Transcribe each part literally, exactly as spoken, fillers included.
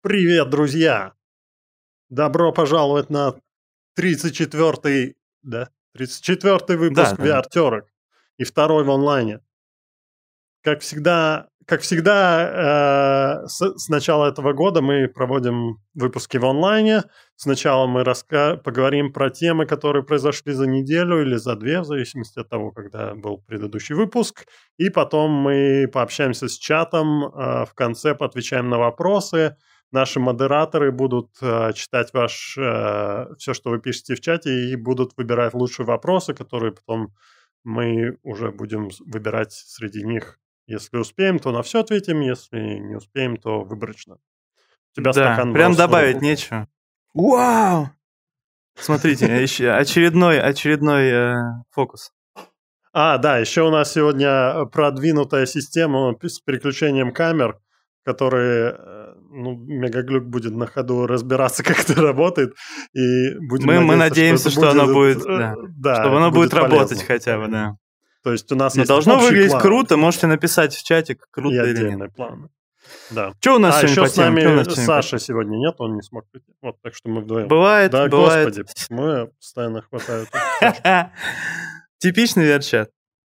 Привет, друзья! Добро пожаловать на тридцать четвёртый, да, тридцать четвёртый выпуск Да, да, ви да. ар-терок и второй в онлайне. Как всегда, как всегда, э, с, с начала этого года мы проводим выпуски в онлайне. Сначала мы раска- поговорим про темы, которые произошли за неделю или за две, в зависимости от того, когда был предыдущий выпуск. И потом мы пообщаемся с чатом, э, в конце поотвечаем на вопросы. Наши модераторы будут э, читать ваш, э, все, что вы пишете в чате, и будут выбирать лучшие вопросы, которые потом мы уже будем выбирать среди них. Если успеем, то на все ответим, если не успеем, то выборочно. У тебя Да, стакан прям просто в добавить руку. нечего. Вау! Смотрите, еще очередной, очередной э, фокус. А, да, еще у нас сегодня продвинутая система с переключением камер, которые, э, ну, Мегаглюк будет на ходу разбираться, как это работает, и будем Мы, мы надеяться, надеемся, что, это что оно будет, э, да, да, чтобы это оно будет работать полезно. хотя бы, да. То есть у нас Но есть должно общий выглядеть план круто, можете написать в чатик, и круто или отдельные нет. планы. Да. Что у нас А, сегодня еще по с темам? Что у нас нами сегодня по Саша сегодня нет, он не смог прийти. Вот, так что мы вдвоем. Бывает, Да, бывает. господи, мы постоянно хватают. Типичный верчат.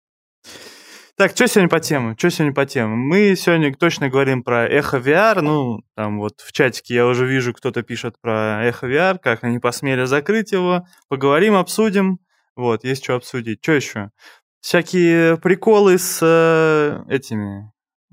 Так, что сегодня по темам? Что сегодня по темам? Мы сегодня точно говорим про Echo ви ар. Ну, там вот в чатике я уже вижу, кто-то пишет про Echo ви ар, как они посмели закрыть его. Поговорим, обсудим. Вот, есть что обсудить. Что еще? Всякие приколы с э, этими...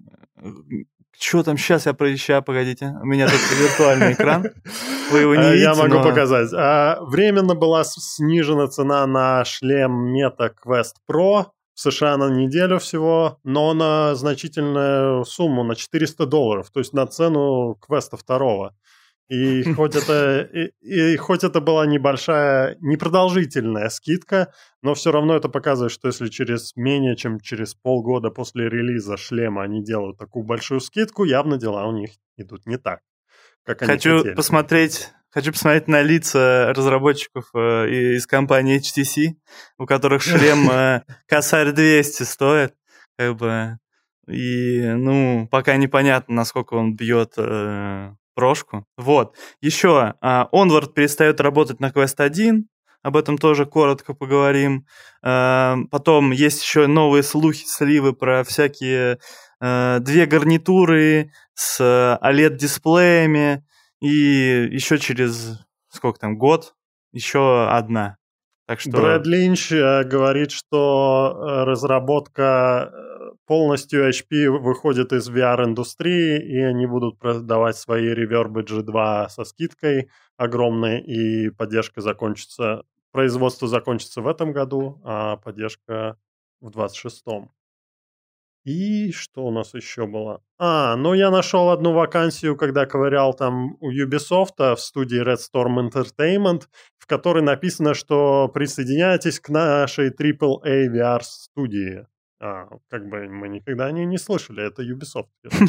Что там сейчас я проезжаю, погодите. У меня тут виртуальный экран. Вы его не видите, Я могу но... показать. Временно была снижена цена на шлем Meta Quest Pro. В США на неделю всего, но на значительную сумму, на четыреста долларов, то есть на цену Quest два. И хоть это, и, и хоть это была небольшая, непродолжительная скидка, но все равно это показывает, что если через менее чем через полгода после релиза шлема они делают такую большую скидку, явно дела у них идут не так, как они Хочу хотели. посмотреть, хочу посмотреть на лица разработчиков э, из компании эйч ти си, у которых шлем э, Косарь двести стоит, как бы, и, ну, пока непонятно, насколько он бьет э, прошку. Вот. Еще э, Onward перестает работать на Quest один, об этом тоже коротко поговорим. Э, потом есть еще новые слухи, сливы про всякие э, две гарнитуры с эй эл и ди-дисплеями, и еще через, сколько там, год, еще одна. Так что... Брэд Линч э, говорит, что э, разработка полностью эйч пи выходит из ви ар-индустрии, и они будут продавать свои ревербы джи два со скидкой огромной, и поддержка закончится, производство закончится в этом году, а поддержка в двадцать шестом. И что у нас еще было? А, ну я нашел одну вакансию, когда ковырял там у Ubisoft в студии Red Storm Entertainment, в которой написано, что присоединяйтесь к нашей трипл эй ви ар-студии. А, как бы мы никогда о ней не слышали, это Ubisoft.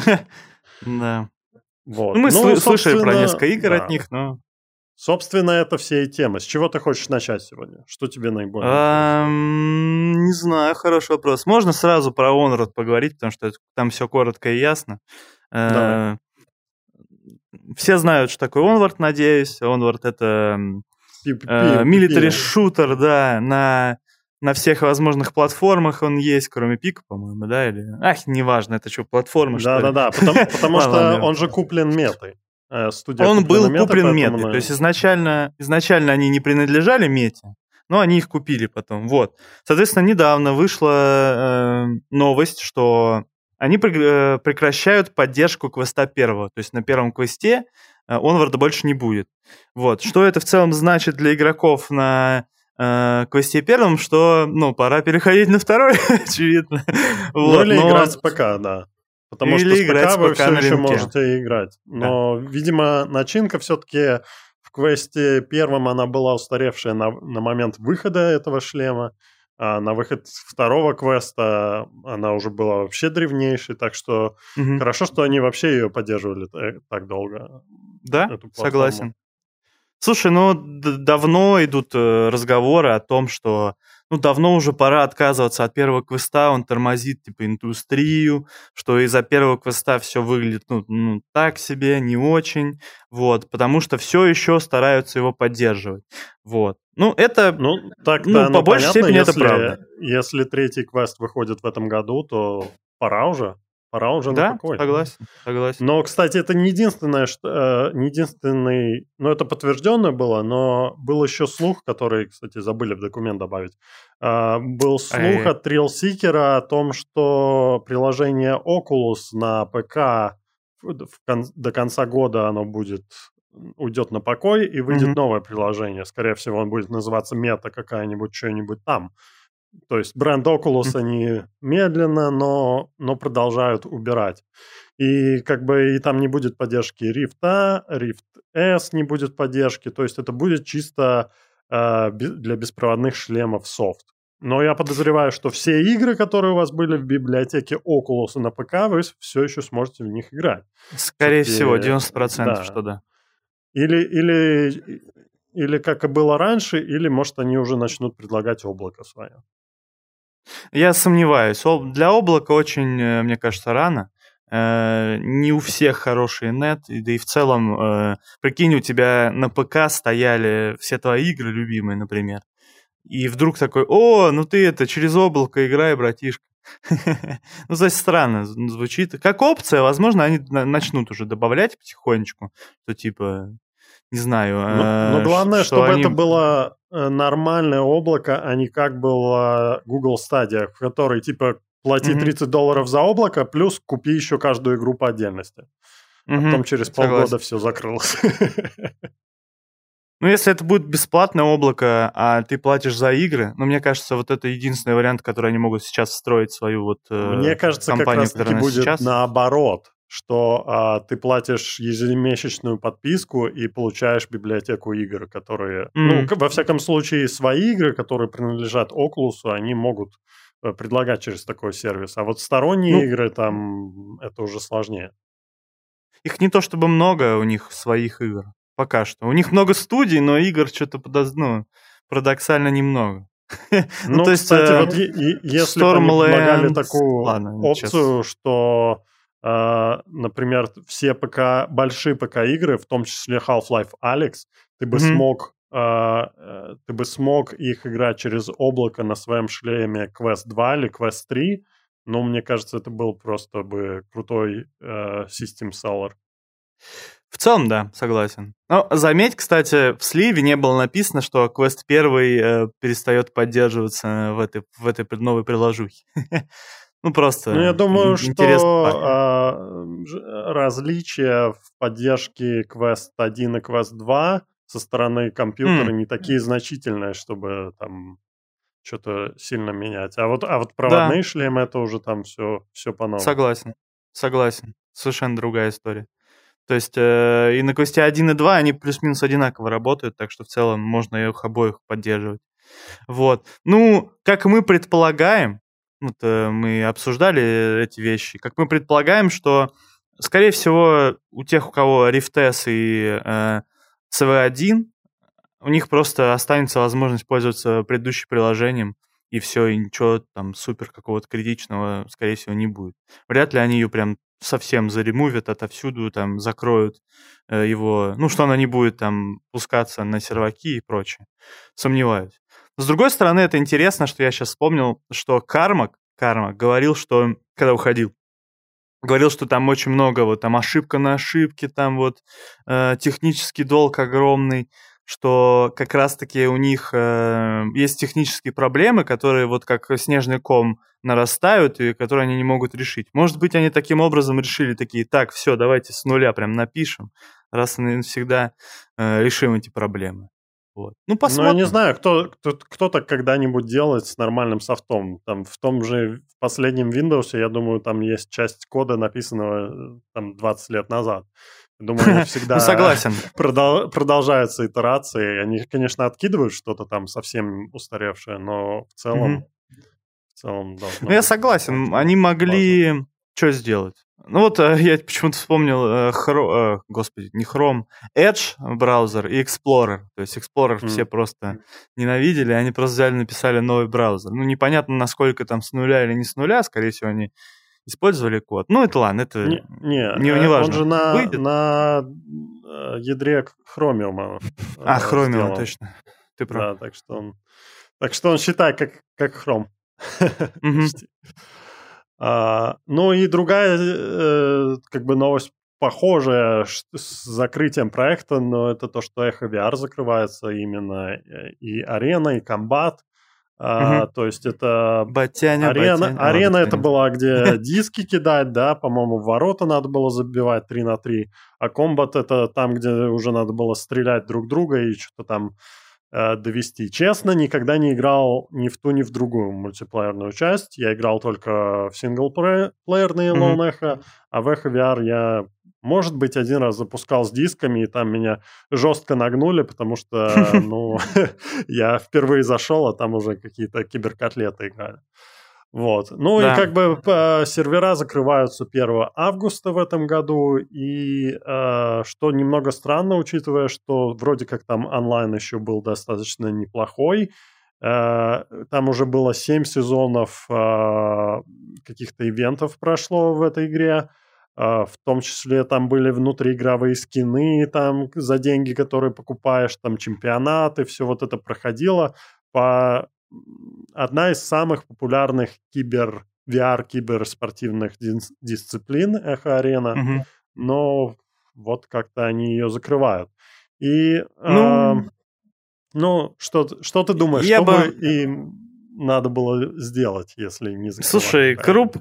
Да. Вот. Мы ну, слышали про несколько игр да. от них, но... Собственно, это все и темы. С чего ты хочешь начать сегодня? Что тебе наиболее интересно? Не знаю, хороший вопрос. Можно сразу про Onward поговорить, потому что там все коротко и ясно. Давай. Все знают, что такое Onward, надеюсь. Onward — это military shooter, да, на, на всех возможных платформах он есть, кроме Пика, по-моему, да? Или... Ах, неважно, это что, платформа, что ли? Да-да-да, потому, потому что он же куплен метой. Студия он был мета, куплен метой, на... то есть изначально, изначально они не принадлежали мете, но они их купили потом, вот. Соответственно, недавно вышла э, новость, что они при, э, прекращают поддержку квеста первого, то есть на первом квесте э, Onward больше не будет. Вот. Что это в целом значит для игроков на э, квесте первом, что, ну, пора переходить на второй, очевидно. Ну вот, или но... играть с ПК, да. Потому Или что с ПК вы ПК все еще рынке. можете играть. Но, да. видимо, начинка все-таки в квесте первом она была устаревшая на, на момент выхода этого шлема. А на выход второго квеста она уже была вообще древнейшей. Так что угу. хорошо, что они вообще ее поддерживали так долго. Да, согласен. Слушай, ну д- давно идут разговоры о том, что ну, давно уже пора отказываться от первого квеста, он тормозит, типа, индустрию, что из-за первого квеста все выглядит, ну, ну, так себе, не очень, вот, потому что все еще стараются его поддерживать, вот. Ну, это, Ну, так-то ну, оно по большей понятно, степени это если, правда. если третий квест выходит в этом году, то пора уже, пора уже на Да, покой. согласен, согласен. Но, кстати, это не единственное, что, э, не единственный, ну, это подтвержденное было, но был еще слух, который, кстати, забыли в документ добавить. Э, был слух Ай-яй-яй. от Thrill-Seeker о том, что приложение Oculus на ПК в- в кон- до конца года оно будет уйдет на покой и выйдет Мгм. новое приложение. Скорее всего, он будет называться Мета какая-нибудь, что-нибудь там. То есть бренд Oculus М. они медленно, но, но продолжают убирать. И как бы и там не будет поддержки Rift A, Rift S не будет поддержки. То есть это будет чисто э, бе- для беспроводных шлемов софт. Но я подозреваю, что все игры, которые у вас были в библиотеке Oculus и на ПК, вы все еще сможете в них играть. Скорее всего, Все-таки, девяносто процентов, да. что да. Или, или, или как и было раньше, или, может, они уже начнут предлагать облако свое. Я сомневаюсь. Об- Для облака очень, э, мне кажется, рано. Э, Не у всех хороший нет, и- да и в целом, э, прикинь, у тебя на ПК стояли все твои игры любимые, например, и вдруг такой, о, ну ты это, через облако играй, братишка. Ну, то есть странно з- звучит. Как опция, возможно, они на- начнут уже добавлять потихонечку, что типа, не знаю, Но, но э, ш- главное, что чтобы это они... было э, нормальное облако, а не как было Google Stadia, в которой типа плати Мгм, тридцать долларов за облако, плюс купи еще каждую игру по отдельности. А потом мгм, через полгода согласен. все закрылось. Ну, если это будет бесплатное облако, а ты платишь за игры, ну, мне кажется, вот это единственный вариант, который они могут сейчас встроить в свою вот Мне э, кажется, как компанию, которая раз-таки у нас будет сейчас. наоборот, что а, ты платишь ежемесячную подписку и получаешь библиотеку игр, которые, ну, М, к- во всяком случае, свои игры, которые принадлежат Oculus, они могут э, предлагать через такой сервис. А вот сторонние Ну, игры там это уже сложнее. их не то чтобы много у них своих игр, пока что. У них много студий, но игр что-то подоз... ну, парадоксально немного. Ну, Ну, то есть кстати, э, вот е- е- если бы они предлагали Stormlands... такую Ладно, сейчас... опцию, что, э, например, все ПК, большие ПК-игры, в том числе Half-Life Alyx, ты бы смог, э, э, ты бы смог их играть через облако на своем шлеме Quest два или Quest три, но мне кажется, это был просто бы крутой э, system seller. В целом, да, согласен. Но заметь, кстати, в сливе не было написано, что квест первый э, перестает поддерживаться в этой, в этой пред- новой приложухе. Ну, Ну, я просто думаю, ин- интересный что факт. а, ж- различия в поддержке Quest один и Quest два со стороны компьютера М, не такие значительные, чтобы там что-то сильно менять. А вот, а вот да, проводные шлемы это уже там все, все по-новому. согласен. Согласен. Совершенно другая история. То есть э, и на квесте один и два они плюс-минус одинаково работают, так что в целом можно их обоих поддерживать. Вот. Ну, как мы предполагаем, вот э, мы обсуждали эти вещи, как мы предполагаем, что, скорее всего, у тех, у кого Rift S и э, си ви один, у них просто останется возможность пользоваться предыдущим приложением, и все, и ничего там супер какого-то критичного, скорее всего, не будет. Вряд ли они ее прям совсем заремувят отовсюду, там, закроют э, его, ну, что она не будет там пускаться на серваки и прочее. Сомневаюсь. С другой стороны, это интересно, что я сейчас вспомнил, что Кармак, Кармак говорил, что, когда уходил, говорил, что там очень много, вот там ошибка на ошибке, там вот э, технический долг огромный, что как раз-таки у них э, есть технические проблемы, которые вот как снежный ком нарастают и которые они не могут решить. Может быть, они таким образом решили такие, так, все, давайте с нуля прям напишем, раз и навсегда э, решим эти проблемы. Вот. Ну, Ну, я не посмотрим. знаю, кто, кто, кто так когда-нибудь делает с нормальным софтом. Там в том же в последнем Windows, я думаю, там есть часть кода, написанного э, там двадцать лет назад. Думаю, Ну, всегда согласен. продол- продолжаются итерации. Они, конечно, откидывают что-то там совсем устаревшее, но в целом, Мгм. в целом должно Ну, я быть согласен, вполне они базово. могли что сделать? Ну вот я почему-то вспомнил, хро... господи, не Chrome, Edge браузер и Explorer. То есть Explorer mm. все просто ненавидели, они просто взяли, написали новый браузер. Ну непонятно, насколько там с нуля или не с нуля, скорее всего, они использовали код. Ну это ладно, это не, не, не, не важно. Он же на, на ядре Chromium. А, Chromium, сделан. Точно. Ты прав. Да, так что он, так что он считает как, как Chrome. Mm-hmm. А, ну и другая э, как бы новость похожая с закрытием проекта, но это то, что Echo ви ар закрывается именно и Арена, и Combat. А, угу. То есть это Батяня, арена, батяня, арена батяня. Это была, где диски кидать, да, по-моему, в ворота надо было забивать три на три, а Combat это там, где уже надо было стрелять друг друга и что-то там э, довести. Честно, никогда не играл ни в ту, ни в другую мультиплеерную часть. Я играл только в синглплеерные mm-hmm. Lone Echo, а в Echo ви ар я, может быть, один раз запускал с дисками, и там меня жестко нагнули, потому что, ну, я впервые зашел, а там уже какие-то киберкотлеты играли. Вот. Ну да. И как бы сервера закрываются первого августа в этом году, и э, что немного странно, учитывая, что вроде как там онлайн еще был достаточно неплохой, э, там уже было семь сезонов э, каких-то ивентов прошло в этой игре, Uh, в том числе там были внутриигровые скины там за деньги, которые покупаешь, там чемпионаты, все вот это проходило. По... Одна из самых популярных кибер ви ар киберспортивных дис... дисциплин Echo Arena, mm-hmm. но вот как-то они ее закрывают. И ну, э, ну что, что ты думаешь, я что бы... бы им надо было сделать, если не закрывать? Слушай, круп,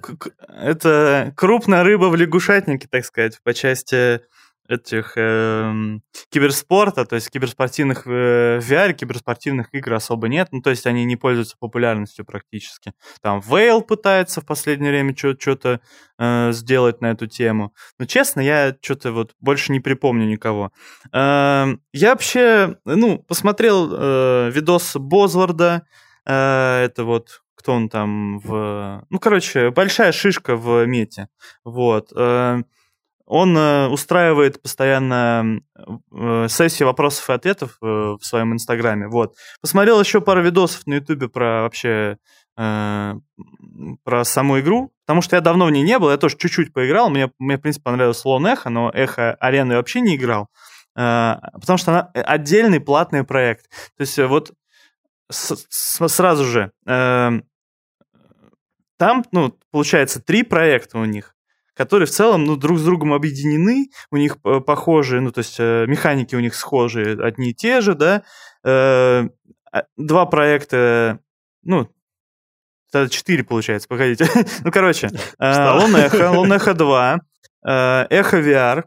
это крупная рыба в лягушатнике, так сказать, по части этих э, киберспорта, то есть киберспортивных э, ви ар, киберспортивных игр особо нет, ну то есть они не пользуются популярностью практически. Там Вейл пытается в последнее время что-то э, сделать на эту тему, но честно, я что-то вот больше не припомню никого. Э, я вообще, ну, посмотрел э, видос Бозварда, э, это вот кто он там в... Ну, короче, большая шишка в мете, вот. Э, Он э, устраивает постоянно э, сессии вопросов и ответов э, в своем инстаграме. Вот. Посмотрел еще пару видосов на ютубе про вообще э, про саму игру, потому что я давно в ней не был, я тоже чуть-чуть поиграл. Мне, мне в принципе, понравилось Lone Echo, но Echo Arena я вообще не играл, э, потому что она отдельный платный проект. То есть вот с, с, сразу же э, там, ну, получается, три проекта у них, которые в целом, ну, друг с другом объединены, у них похожие, ну, то есть механики у них схожие, одни и те же, да, два проекта, ну, тогда четыре, получается, погодите, ну, короче, Lone Echo, Lone Echo два, Echo ви ар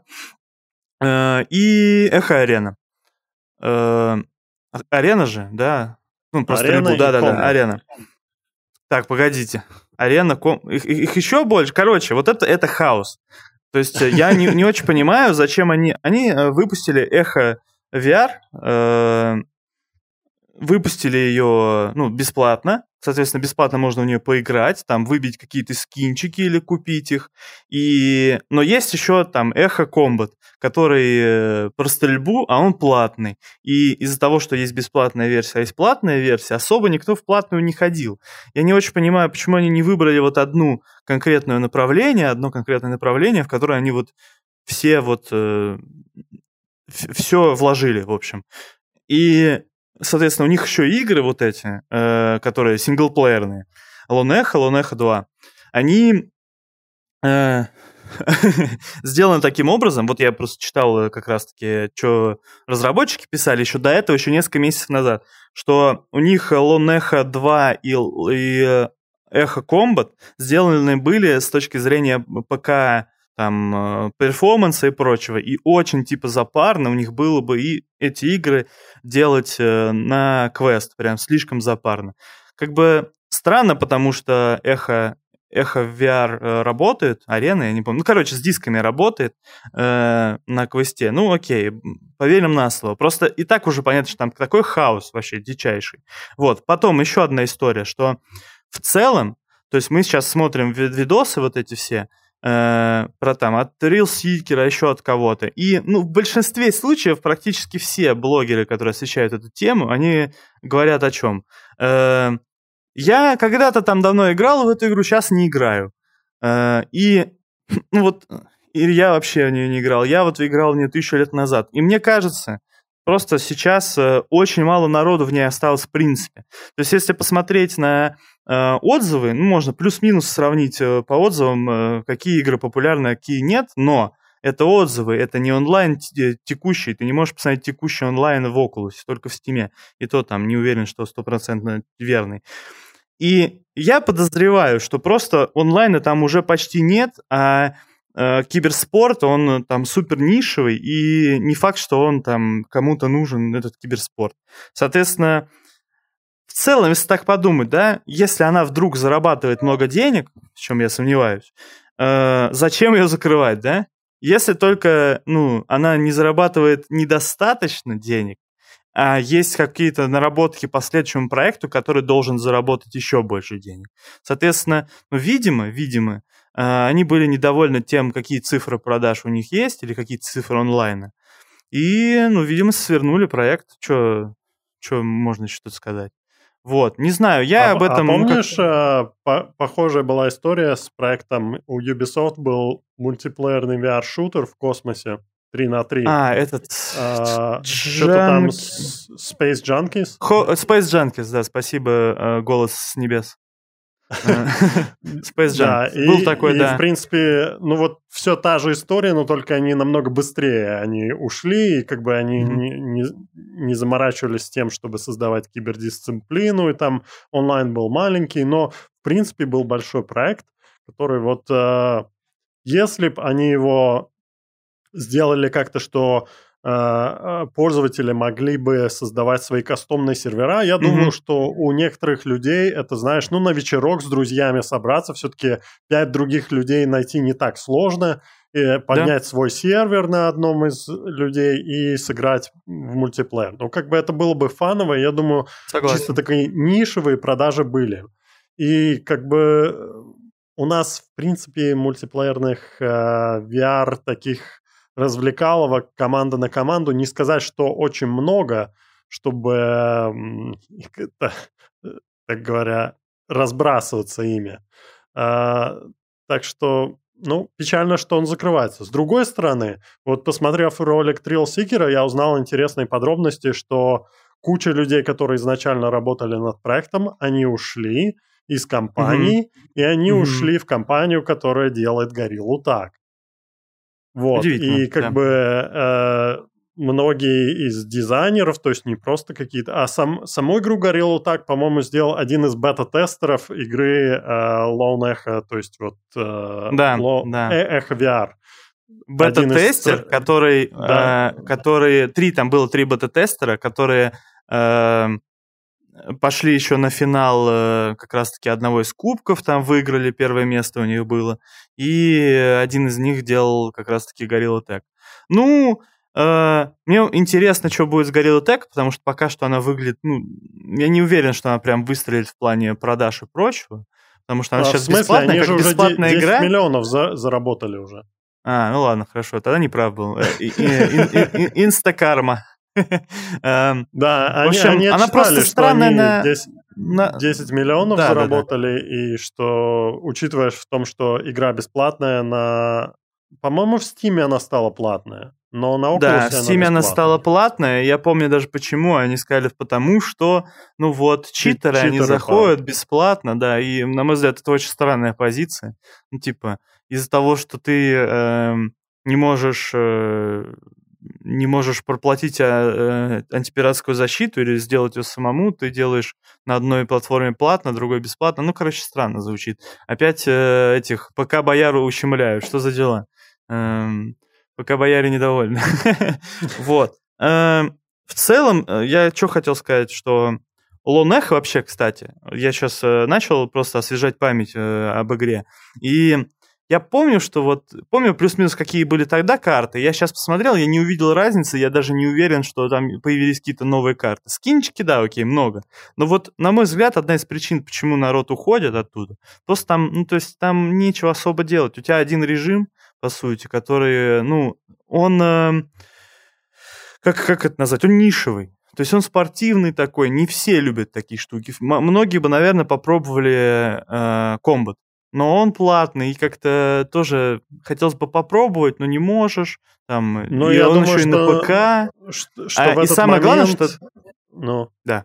и Echo Arena. Арена же, да, ну, про стрельбу, да-да-да, Арена. Так, погодите. Арена, ком... их, их еще больше. Короче, вот это, это хаос. То есть я не, не очень понимаю, зачем они... Они выпустили Echo ви ар, э, выпустили ее, ну, бесплатно. Соответственно, бесплатно можно в нее поиграть, там, выбить какие-то скинчики или купить их. И... Но есть еще там Echo Combat, который про стрельбу, а он платный. И из-за того, что есть бесплатная версия, а есть платная версия, особо никто в платную не ходил. Я не очень понимаю, почему они не выбрали вот одну конкретное направление, одно конкретное направление, в которое они вот все вот... Э, все вложили, в общем. И... Соответственно, у них еще игры вот эти, э, которые синглплеерные, Lone Echo, Lone Echo два, они э, сделаны таким образом, вот я просто читал как раз-таки, что разработчики писали еще до этого, еще несколько месяцев назад, что у них Lone Echo два и, и Echo Combat сделаны были с точки зрения ПК, там, перформанса и прочего, и очень, типа, запарно у них было бы и эти игры делать на квест, прям слишком запарно. Как бы странно, потому что Echo, Echo ви ар работает, Арена, я не помню, ну, короче, с дисками работает э, на квесте, ну, окей, поверим на слово. Просто и так уже понятно, что там такой хаос вообще дичайший. Вот, потом еще одна история, что в целом, то есть мы сейчас смотрим видосы вот эти все, э, про там от Thrill-Seeker, еще от кого-то. И ну, в большинстве случаев практически все блогеры, которые освещают эту тему, они говорят о чем? Э, я когда-то там давно играл в эту игру, сейчас не играю. Э, и ну вот, и я вообще в нее не играл. Я вот играл в нее тысячу лет назад. И мне кажется, просто сейчас э, очень мало народу в ней осталось в принципе. То есть если посмотреть на э, отзывы, ну, можно плюс-минус сравнить э, по отзывам, э, какие игры популярны, а какие нет, но это отзывы, это не онлайн текущий, ты не можешь посмотреть текущий онлайн в Oculus, только в Steam. И то там не уверен, что стопроцентно верный. И я подозреваю, что просто онлайна там уже почти нет, а э, киберспорт, он там супер нишевый, и не факт, что он там кому-то нужен, этот киберспорт. Соответственно, в целом, если так подумать, да, если она вдруг зарабатывает много денег, в чем я сомневаюсь, э, зачем ее закрывать, да? Если только, ну, она не зарабатывает недостаточно денег, а есть какие-то наработки по следующему проекту, который должен заработать еще больше денег. Соответственно, ну, видимо, видимо, они были недовольны тем, какие цифры продаж у них есть или какие цифры онлайна. И, ну, видимо, свернули проект. Что можно еще тут сказать? Вот, не знаю, я а, об этом... А помнишь, как... по похожая была история с проектом, у Ubisoft был мультиплеерный ви ар-шутер в космосе. три на три. А, этот... А, что-то там Space Junkies? Space Junkies, да, спасибо, голос с небес. Space Junkies. Был такой, да. И, в принципе, ну вот все та же история, но только они намного быстрее. Они ушли, и как бы они не, не заморачивались тем, чтобы создавать кибердисциплину, и там онлайн был маленький, но, в принципе, был большой проект, который вот... Если бы они его... сделали как-то, что э, пользователи могли бы создавать свои кастомные сервера. Я mm-hmm. думаю, что у некоторых людей это, знаешь, ну, на вечерок с друзьями собраться, все-таки пять других людей найти не так сложно, и поднять yeah. свой сервер на одном из людей и сыграть в мультиплеер. Ну, как бы это было бы фаново, я думаю, Согласен. Чисто такие нишевые продажи были. И как бы у нас, в принципе, мультиплеерных э, ви ар таких развлекаловок команда на команду, не сказать, что очень много, чтобы, так говоря, разбрасываться ими. А, так что, ну, печально, что он закрывается. С другой стороны, вот посмотрев ролик Thrill-Seeker, я узнал интересные подробности, что куча людей, которые изначально работали над проектом, они ушли из компании, mm-hmm. и они mm-hmm. ушли в компанию, которая делает Gorilla Tag. Вот, и как да. бы э, многие из дизайнеров, то есть не просто какие-то, а сам, саму игру Gorilla Tag, по-моему, сделал один из бета-тестеров игры э, Lone Echo, то есть вот э, да, Lo- да. Echo ви ар. Бета-тестер, из... который, да. э, которые, три, там было три бета-тестера, которые э, пошли еще на финал э, как раз-таки одного из кубков, там выиграли, первое место у них было, и один из них делал как раз-таки Gorilla Tag. Ну, э, мне интересно, что будет с Gorilla Tag, потому что пока что она выглядит, ну, я не уверен, что она прям выстрелит в плане продаж и прочего, потому что она а сейчас в смысле? бесплатная, Они как же бесплатная уже игра. десять миллионов за- заработали уже. А, ну ладно, хорошо, тогда не прав был. Инстакарма. Да, в общем, они, они она просто странная на... десять, на... десять миллионов да, заработали, да, да. И что, учитывая в том, что игра бесплатная, на... по-моему, в Steam она стала платная, но на Oculus да, в Steam она, она стала платная, я помню даже почему, они сказали потому, что, ну вот, читеры, читеры они заходят по... бесплатно, да, и, на мой взгляд, это очень странная позиция, ну, типа, из-за того, что ты э, не можешь... Э, не можешь проплатить а, э, антипиратскую защиту или сделать ее самому, ты делаешь на одной платформе платно, на другой бесплатно. Ну, короче, странно звучит. Опять э, этих ПК-бояру ущемляют. Что за дела? Эм, ПК-бояре недовольны. Вот. В целом, я что хотел сказать, что Lone Echo вообще, кстати, я сейчас начал просто освежать память об игре, и я помню, что вот... Помню плюс-минус, какие были тогда карты. Я сейчас посмотрел, я не увидел разницы, я даже не уверен, что там появились какие-то новые карты. Скинчики, да, окей, много. Но вот, на мой взгляд, одна из причин, почему народ уходит оттуда, просто там, ну, то есть там нечего особо делать. У тебя один режим, по сути, который, ну, он... Э, как, как это назвать? Он нишевый. То есть он спортивный такой, не все любят такие штуки. М- многие бы, наверное, попробовали э, комбат. Но он платный, и как-то тоже хотелось бы попробовать, но не можешь. Там, Но и я он думаю, еще и на что, ПК. что, что А, в и этот самое главное, момент... что... Ну, Да.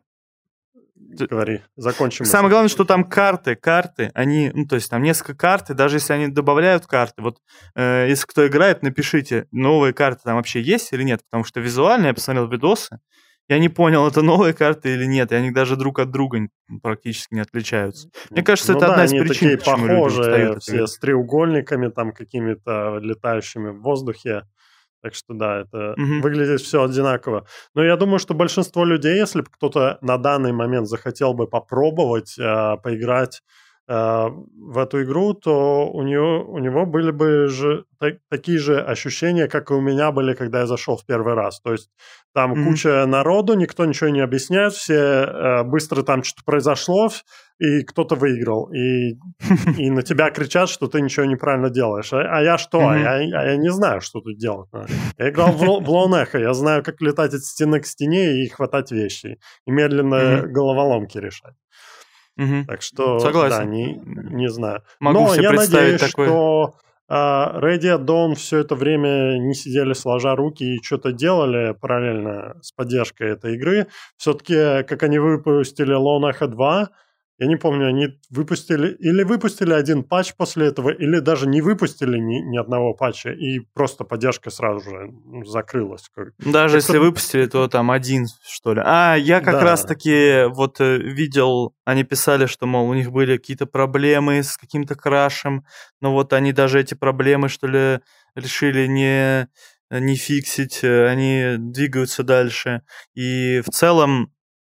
говори, закончим мысль. Самое главное, что там карты, карты, они, ну, то есть там несколько карт, и даже если они добавляют карты, вот, э, если кто играет, напишите, новые карты там вообще есть или нет, потому что визуально я посмотрел видосы, я не понял, это новые карты или нет, и они даже друг от друга практически не отличаются. Мне кажется, Ну это да, одна из они причин, такие почему люди устают похожие, от все игры. с треугольниками там какими-то летающими в воздухе. Так что да, это Мгм. выглядит все одинаково. Но я думаю, что большинство людей, если бы кто-то на данный момент захотел бы попробовать э, поиграть э, в эту игру, то у него, у него были бы же та- такие же ощущения, как и у меня были, когда я зашел в первый раз. То есть там Мгм. куча народу, никто ничего не объясняет, все э, быстро там что-то произошло, и кто-то выиграл. И и на тебя кричат, что ты ничего неправильно делаешь. А, а я что? А Мгм. я, а я не знаю, что тут делать. Я играл в, Ло- в Lone Echo, я знаю, как летать от стены к стене и хватать вещи. И медленно Мгм. головоломки решать. Мгм. Так что, да, Согласен. не, не знаю. Могу Но себе я представить надеюсь, такое. что а, Ready at Dawn все это время не сидели сложа руки и что-то делали параллельно с поддержкой этой игры. Все-таки, как они выпустили Lone Echo два, я не помню, они выпустили или выпустили один патч после этого, или даже не выпустили ни, ни одного патча, и просто поддержка сразу же ну, закрылась. Как- Даже если Как-то, выпустили, то там один, что ли. А, я как да. раз-таки вот э, видел, они писали, что, мол, у них были какие-то проблемы с каким-то крашем, но вот они даже эти проблемы, что ли, решили не, не фиксить, э, они двигаются дальше. И в целом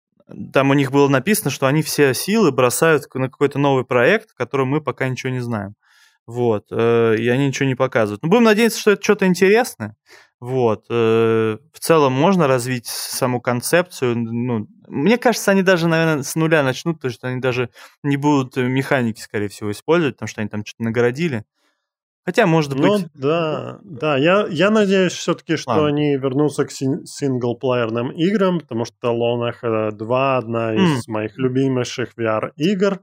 там у них было написано, что они все силы бросают на какой-то новый проект, который мы пока ничего не знаем. Вот, э, и они ничего не показывают. Ну, будем надеяться, что это что-то интересное. Вот, э, в целом можно развить саму концепцию. Ну, мне кажется, они даже, наверное, с нуля начнут, потому что они даже не будут механики, скорее всего, использовать, потому что они там что-то нагородили. Хотя, может быть... Ну да, да, я, я надеюсь все-таки, что Ладно. они вернутся к син- синглплеерным играм, потому что Lone Echo два одна М, из моих любимейших ви ар-игр,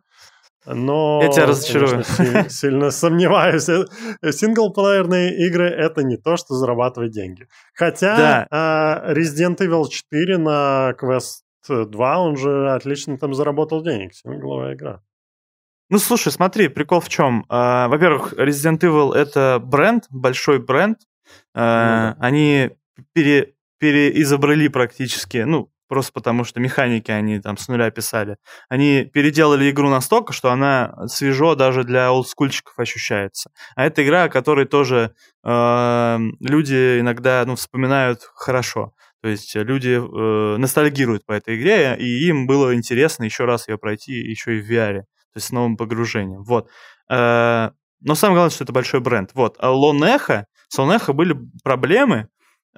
я тебя но, разочарую. конечно, си- сильно сомневаюсь. Э, Синглплеерные игры — это не то, что зарабатывать деньги. Хотя Да, а, Resident Evil четыре на Quest два, он же отлично там заработал денег, сингловая игра. ну, слушай, смотри, прикол в чем. Во-первых, Resident Evil — это бренд, большой бренд. Ну А, да. Они пере, переизобрели практически, ну, просто потому что механики они там с нуля писали. Они переделали игру настолько, что она свежо даже для олдскульчиков ощущается. А это игра, о которой тоже э, люди иногда, ну, вспоминают хорошо. То есть люди э, ностальгируют по этой игре, и им было интересно еще раз ее пройти еще и в ви ар. То есть с новым погружением. Вот. Э, Но самое главное, что это большой бренд. Вот. А Lone Echo, с Lone Echo были проблемы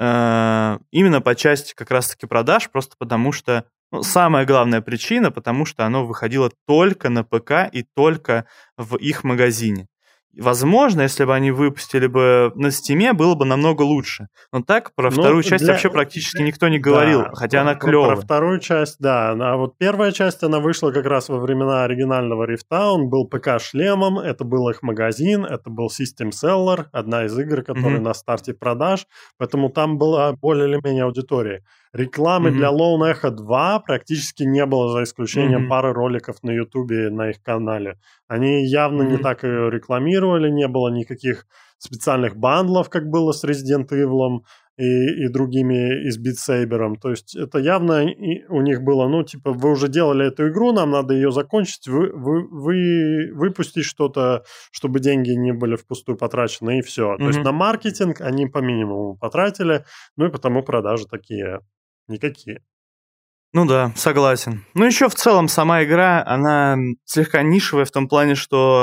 э, именно по части как раз-таки продаж, просто потому что, ну, самая главная причина, потому что оно выходило только на ПК и только в их магазине. Возможно, если бы они выпустили бы на Стиме, было бы намного лучше. Но так про Ну, вторую часть для... вообще практически никто не говорил, Да, хотя про, она про- про клевая. вторую часть, да. А вот первая часть, она вышла как раз во времена оригинального рифта. Он был ПК-шлемом, это был их магазин, это был System Seller, одна из игр, которая Мгм, на старте продаж, поэтому там была более или менее аудитория. Рекламы для мгм, Lone Echo два практически не было, за исключением мгм, пары роликов на Ютубе на их канале. Они явно не мгм. так ее рекламировали, не было никаких специальных бандлов, как было с Resident Evil и, и другими, и с Beat Saber. То есть это явно и у них было, ну, типа, вы уже делали эту игру, нам надо ее закончить, вы, вы, вы выпустить что-то, чтобы деньги не были впустую потрачены, и все. То есть Мгм. на маркетинг они по минимуму потратили, ну и потому продажи такие никакие. Ну да, согласен. Ну еще в целом сама игра, она м, слегка нишевая в том плане, что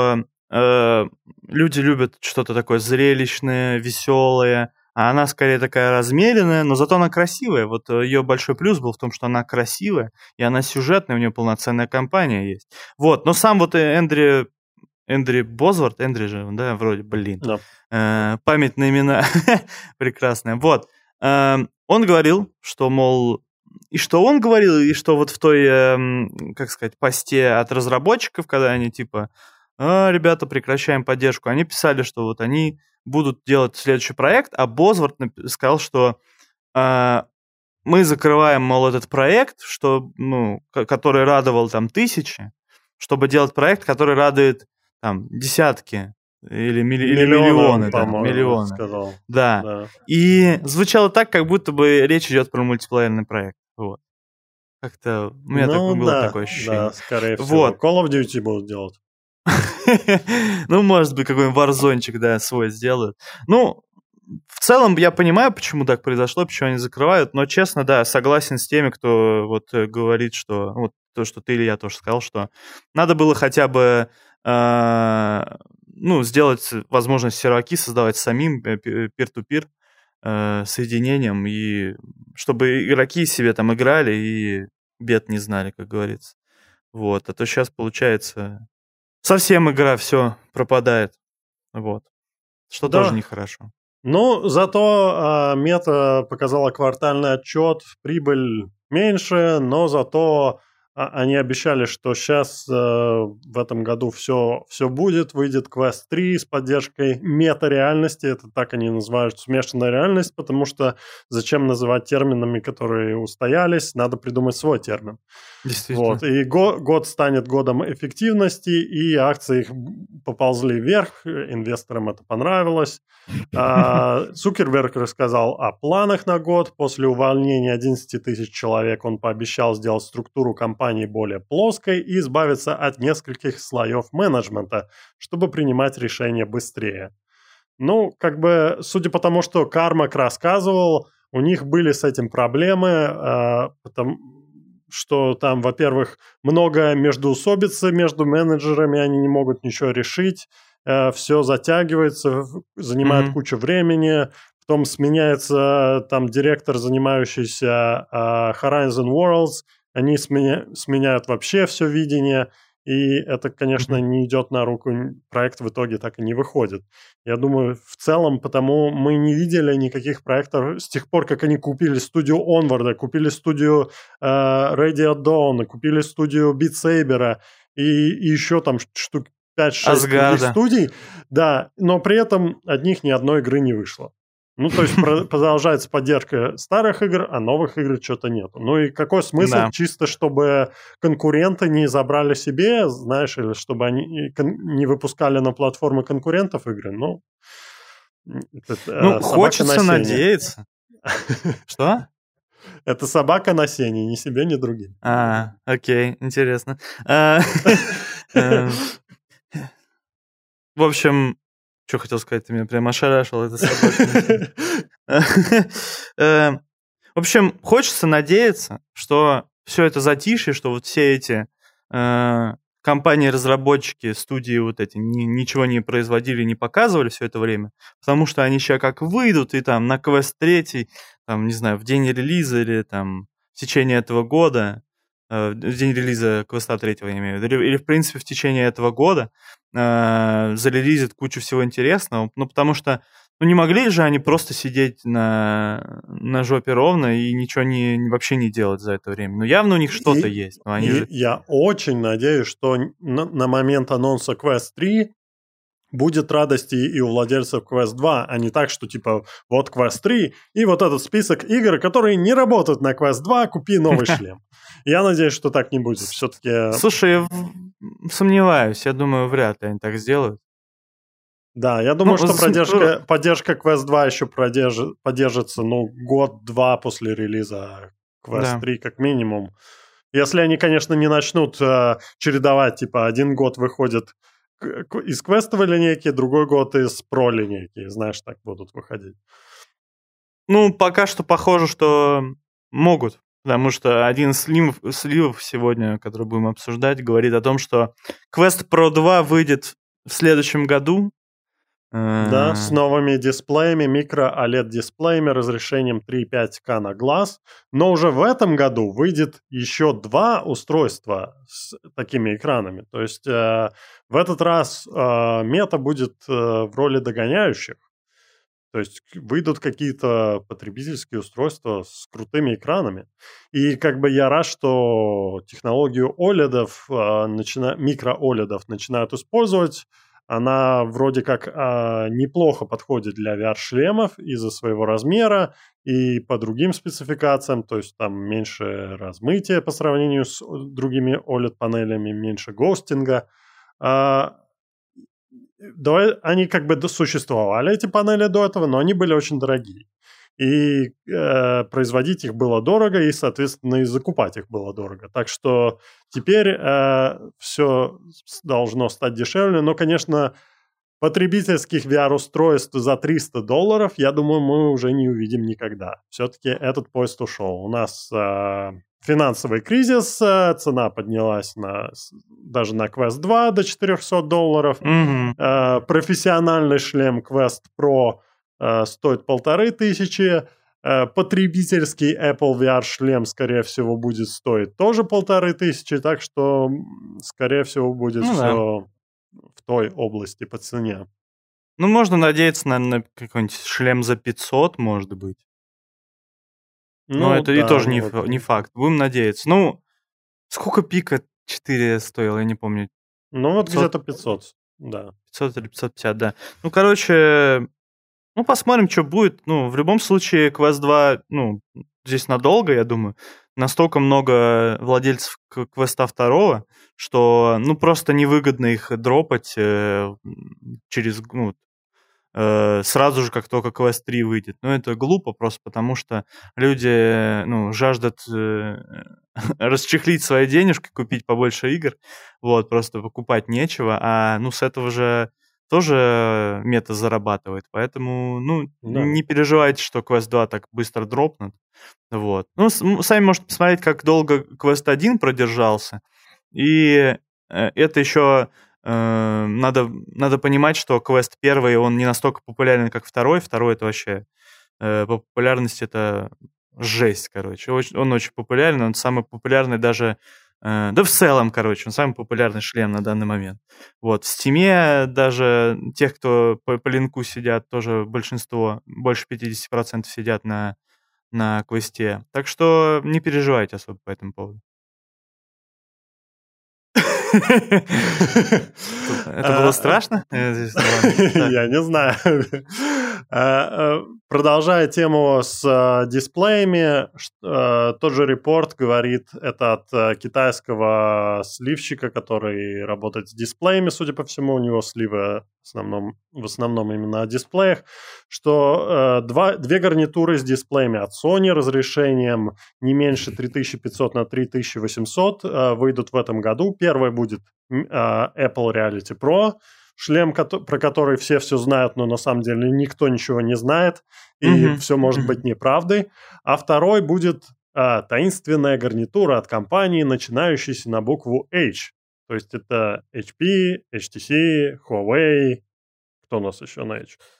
э, люди любят что-то такое зрелищное, веселое, а она скорее такая размеренная, но зато она красивая. Вот ее большой плюс был в том, что она красивая, и она сюжетная, у нее полноценная кампания есть. Вот, но сам вот Эндри, Эндри Бозвард, Эндри же, да, вроде, блин, Да. э, память на имена прекрасная. Вот, э, он говорил, что, мол, и что он говорил, и что вот в той, э, как сказать, посте от разработчиков, когда они типа, а, ребята, прекращаем поддержку, они писали, что вот они будут делать следующий проект, а Бозвард сказал, что э, мы закрываем, мол, этот проект, что, ну, который радовал там тысячи, чтобы делать проект, который радует там десятки или, милли- или миллионы. Да, миллионы. Сказал. Да. Да. И звучало так, как будто бы речь идет про мультиплеерный проект. Вот. Как-то у меня ну, так, было да, такое ощущение. Да, скорее всего. Вот. Call of Duty будут делать. Ну, может быть, какой-нибудь варзончик, да, свой сделают. Ну, в целом, я понимаю, почему так произошло, почему они закрывают, но, честно, да, согласен с теми, кто вот говорит, что, вот то, что ты или я тоже сказал, что надо было хотя бы, э, ну, сделать возможность серваки создавать самим пир-ту-пир э, соединением, и чтобы игроки себе там играли и бед не знали, как говорится. Вот, а то сейчас, получается, совсем игра все пропадает. Вот. Что да. тоже нехорошо. Ну, зато э, Мета показала квартальный отчет, прибыль меньше, но зато э, они обещали, что сейчас э, в этом году все, все будет, выйдет Quest три с поддержкой мета-реальности, это так они называют смешанная реальность, потому что зачем называть терминами, которые устоялись, надо придумать свой термин. Действительно. Вот. И го- год станет годом эффективности, и акции их поползли вверх, инвесторам это понравилось. Цукерберг рассказал о планах на год. После увольнения одиннадцати тысяч человек он пообещал сделать структуру компании более плоской и избавиться от нескольких слоев менеджмента, чтобы принимать решения быстрее. Ну, как бы, судя по тому, что Кармак рассказывал, у них были с этим проблемы, потому что там, во-первых, много междоусобицы между менеджерами, они не могут ничего решить, все затягивается, занимает mm-hmm. кучу времени, потом сменяется там директор, занимающийся uh, Horizon Worlds, они сменя... сменяют вообще все видение, и это, конечно, mm-hmm. не идет на руку, проект в итоге так и не выходит. Я думаю, в целом, потому мы не видели никаких проектов с тех пор, как они купили студию Onward, купили студию uh, Radio Dawn, купили студию Beat Saber, и, и еще там штук пять-шесть студий, да, но при этом от них ни одной игры не вышло. Ну, то есть продолжается поддержка старых игр, а новых игр что-то нет. Ну и какой смысл? Да. Чисто чтобы конкуренты не забрали себе, знаешь, или чтобы они не выпускали на платформы конкурентов игры. Ну, ну хочется надеяться. Что? Это собака на сене, ни себе, ни другим. А, окей, интересно. В общем, что хотел сказать, ты меня прям ошарашил, это собака. В общем, хочется надеяться, что все это затишье, что вот все эти компании-разработчики, студии вот эти ничего не производили, не показывали все это время, потому что они сейчас как выйдут и там на Quest три, там, не знаю, в день релиза или там в течение этого года, в день релиза Quest три, я имею в виду, или, в принципе, в течение этого года э, зарелизит кучу всего интересного, ну, потому что, ну, не могли же они просто сидеть на, на жопе ровно и ничего не, вообще не делать за это время. Ну, явно у них что-то и, есть. Но они и же... Я очень надеюсь, что на, на момент анонса Quest три будет радости и у владельцев Quest два, а не так, что типа вот Quest три и вот этот список игр, которые не работают на Quest два, купи новый шлем. Я надеюсь, что так не будет. Все-таки... Слушай, я сомневаюсь. Я думаю, вряд ли они так сделают. Да, я думаю, ну, что продержка, поддержка Quest два еще продержи, поддержится ну, год-два после релиза Quest да. три как минимум. Если они, конечно, не начнут э, чередовать, типа один год выходит из квестовой линейки, другой год из про линейки, знаешь, так будут выходить. Ну, пока что похоже, что могут, потому что один из сливов, сливов сегодня, который будем обсуждать, говорит о том, что Quest Pro два выйдет в следующем году... Да, с э, новыми дисплеями, микро о лед дисплеями, разрешением три и пять ка на глаз. Но уже в этом году выйдет еще два устройства с такими экранами. То есть э, в этот раз э, Мета будет э, в роли догоняющих. То есть к- выйдут какие-то потребительские устройства с крутыми экранами. И как бы я рад, что технологию оледов, э, начина... микро-оледов начинают использовать. Она вроде как а, неплохо подходит для ви ар-шлемов из-за своего размера и по другим спецификациям. То есть там меньше размытия по сравнению с о- другими олед-панелями, меньше гостинга. А, до, они как бы существовали, эти панели до этого, но они были очень дорогие. И э, производить их было дорого, и, соответственно, и закупать их было дорого. Так что теперь э, все должно стать дешевле. Но, конечно, потребительских ви ар-устройств за триста долларов, я думаю, мы уже не увидим никогда. Все-таки этот поезд ушел. У нас э, финансовый кризис, э, цена поднялась на, даже на Quest два до четыреста долларов. мгм. Э, профессиональный шлем Quest Pro э, стоит полторы тысячи. Э, потребительский Apple ви ар-шлем, скорее всего, будет стоить тоже полторы тысячи. Так что, м, скорее всего, будет Ну да. все в той области по цене. Ну, можно надеяться на, на какой-нибудь шлем за пятьсот, может быть. Но Ну это и да, тоже не, вот. фа- не факт. Будем надеяться. Ну, сколько пика четыре стоило, я не помню. Ну вот пятьсот, где-то пятьсот, да. пятьсот или пятьсот пятьдесят, да. Ну, короче, ну, посмотрим, что будет. Ну, в любом случае, Quest два, ну, здесь надолго, я думаю. Настолько много владельцев К- Quest два, что, ну, просто невыгодно их дропать э, м, через, ну, э, сразу же, как только Quest три выйдет. Ну, это глупо просто потому, что люди, ну, жаждут э, расчехлить свои денежки, купить побольше игр, вот, просто покупать нечего, а, ну, с этого же тоже мета зарабатывает, поэтому, ну, Да. не переживайте, что Quest два так быстро дропнут, вот. Ну, с- м, сами можете посмотреть, как долго Quest один продержался, и э, это еще э, надо, надо понимать, что Quest один, он не настолько популярен, как второй, второй это вообще э, по популярности это жесть, короче. Очень, он очень популярен, он самый популярный даже... э, да в целом, короче, он самый популярный шлем на данный момент. Вот, в Стиме даже тех, кто по, по линку сидят, тоже большинство, больше пятьдесят процентов сидят на, на квесте. Так что не переживайте особо по этому поводу. Это было А, страшно? Э, здесь, ладно. Так. Я не знаю. А, э, Продолжая тему с э, дисплеями, ш- э, тот же репорт говорит, это от э, китайского сливщика, который работает с дисплеями, судя по всему, у него сливы в основном, в основном именно о дисплеях, что э, два, две гарнитуры с дисплеями от Sony разрешением не меньше три тысячи пятьсот на три тысячи восемьсот э, выйдут в этом году. Первая будет м, э, Apple Reality Pro, шлем, кото- про который все все знают, но на самом деле никто ничего не знает, и Мгм. все может быть Мгм. неправдой. А второй будет а, таинственная гарнитура от компании, начинающейся на букву H. То есть это эйч пи, эйч ти си, Huawei. Кто у нас еще на H?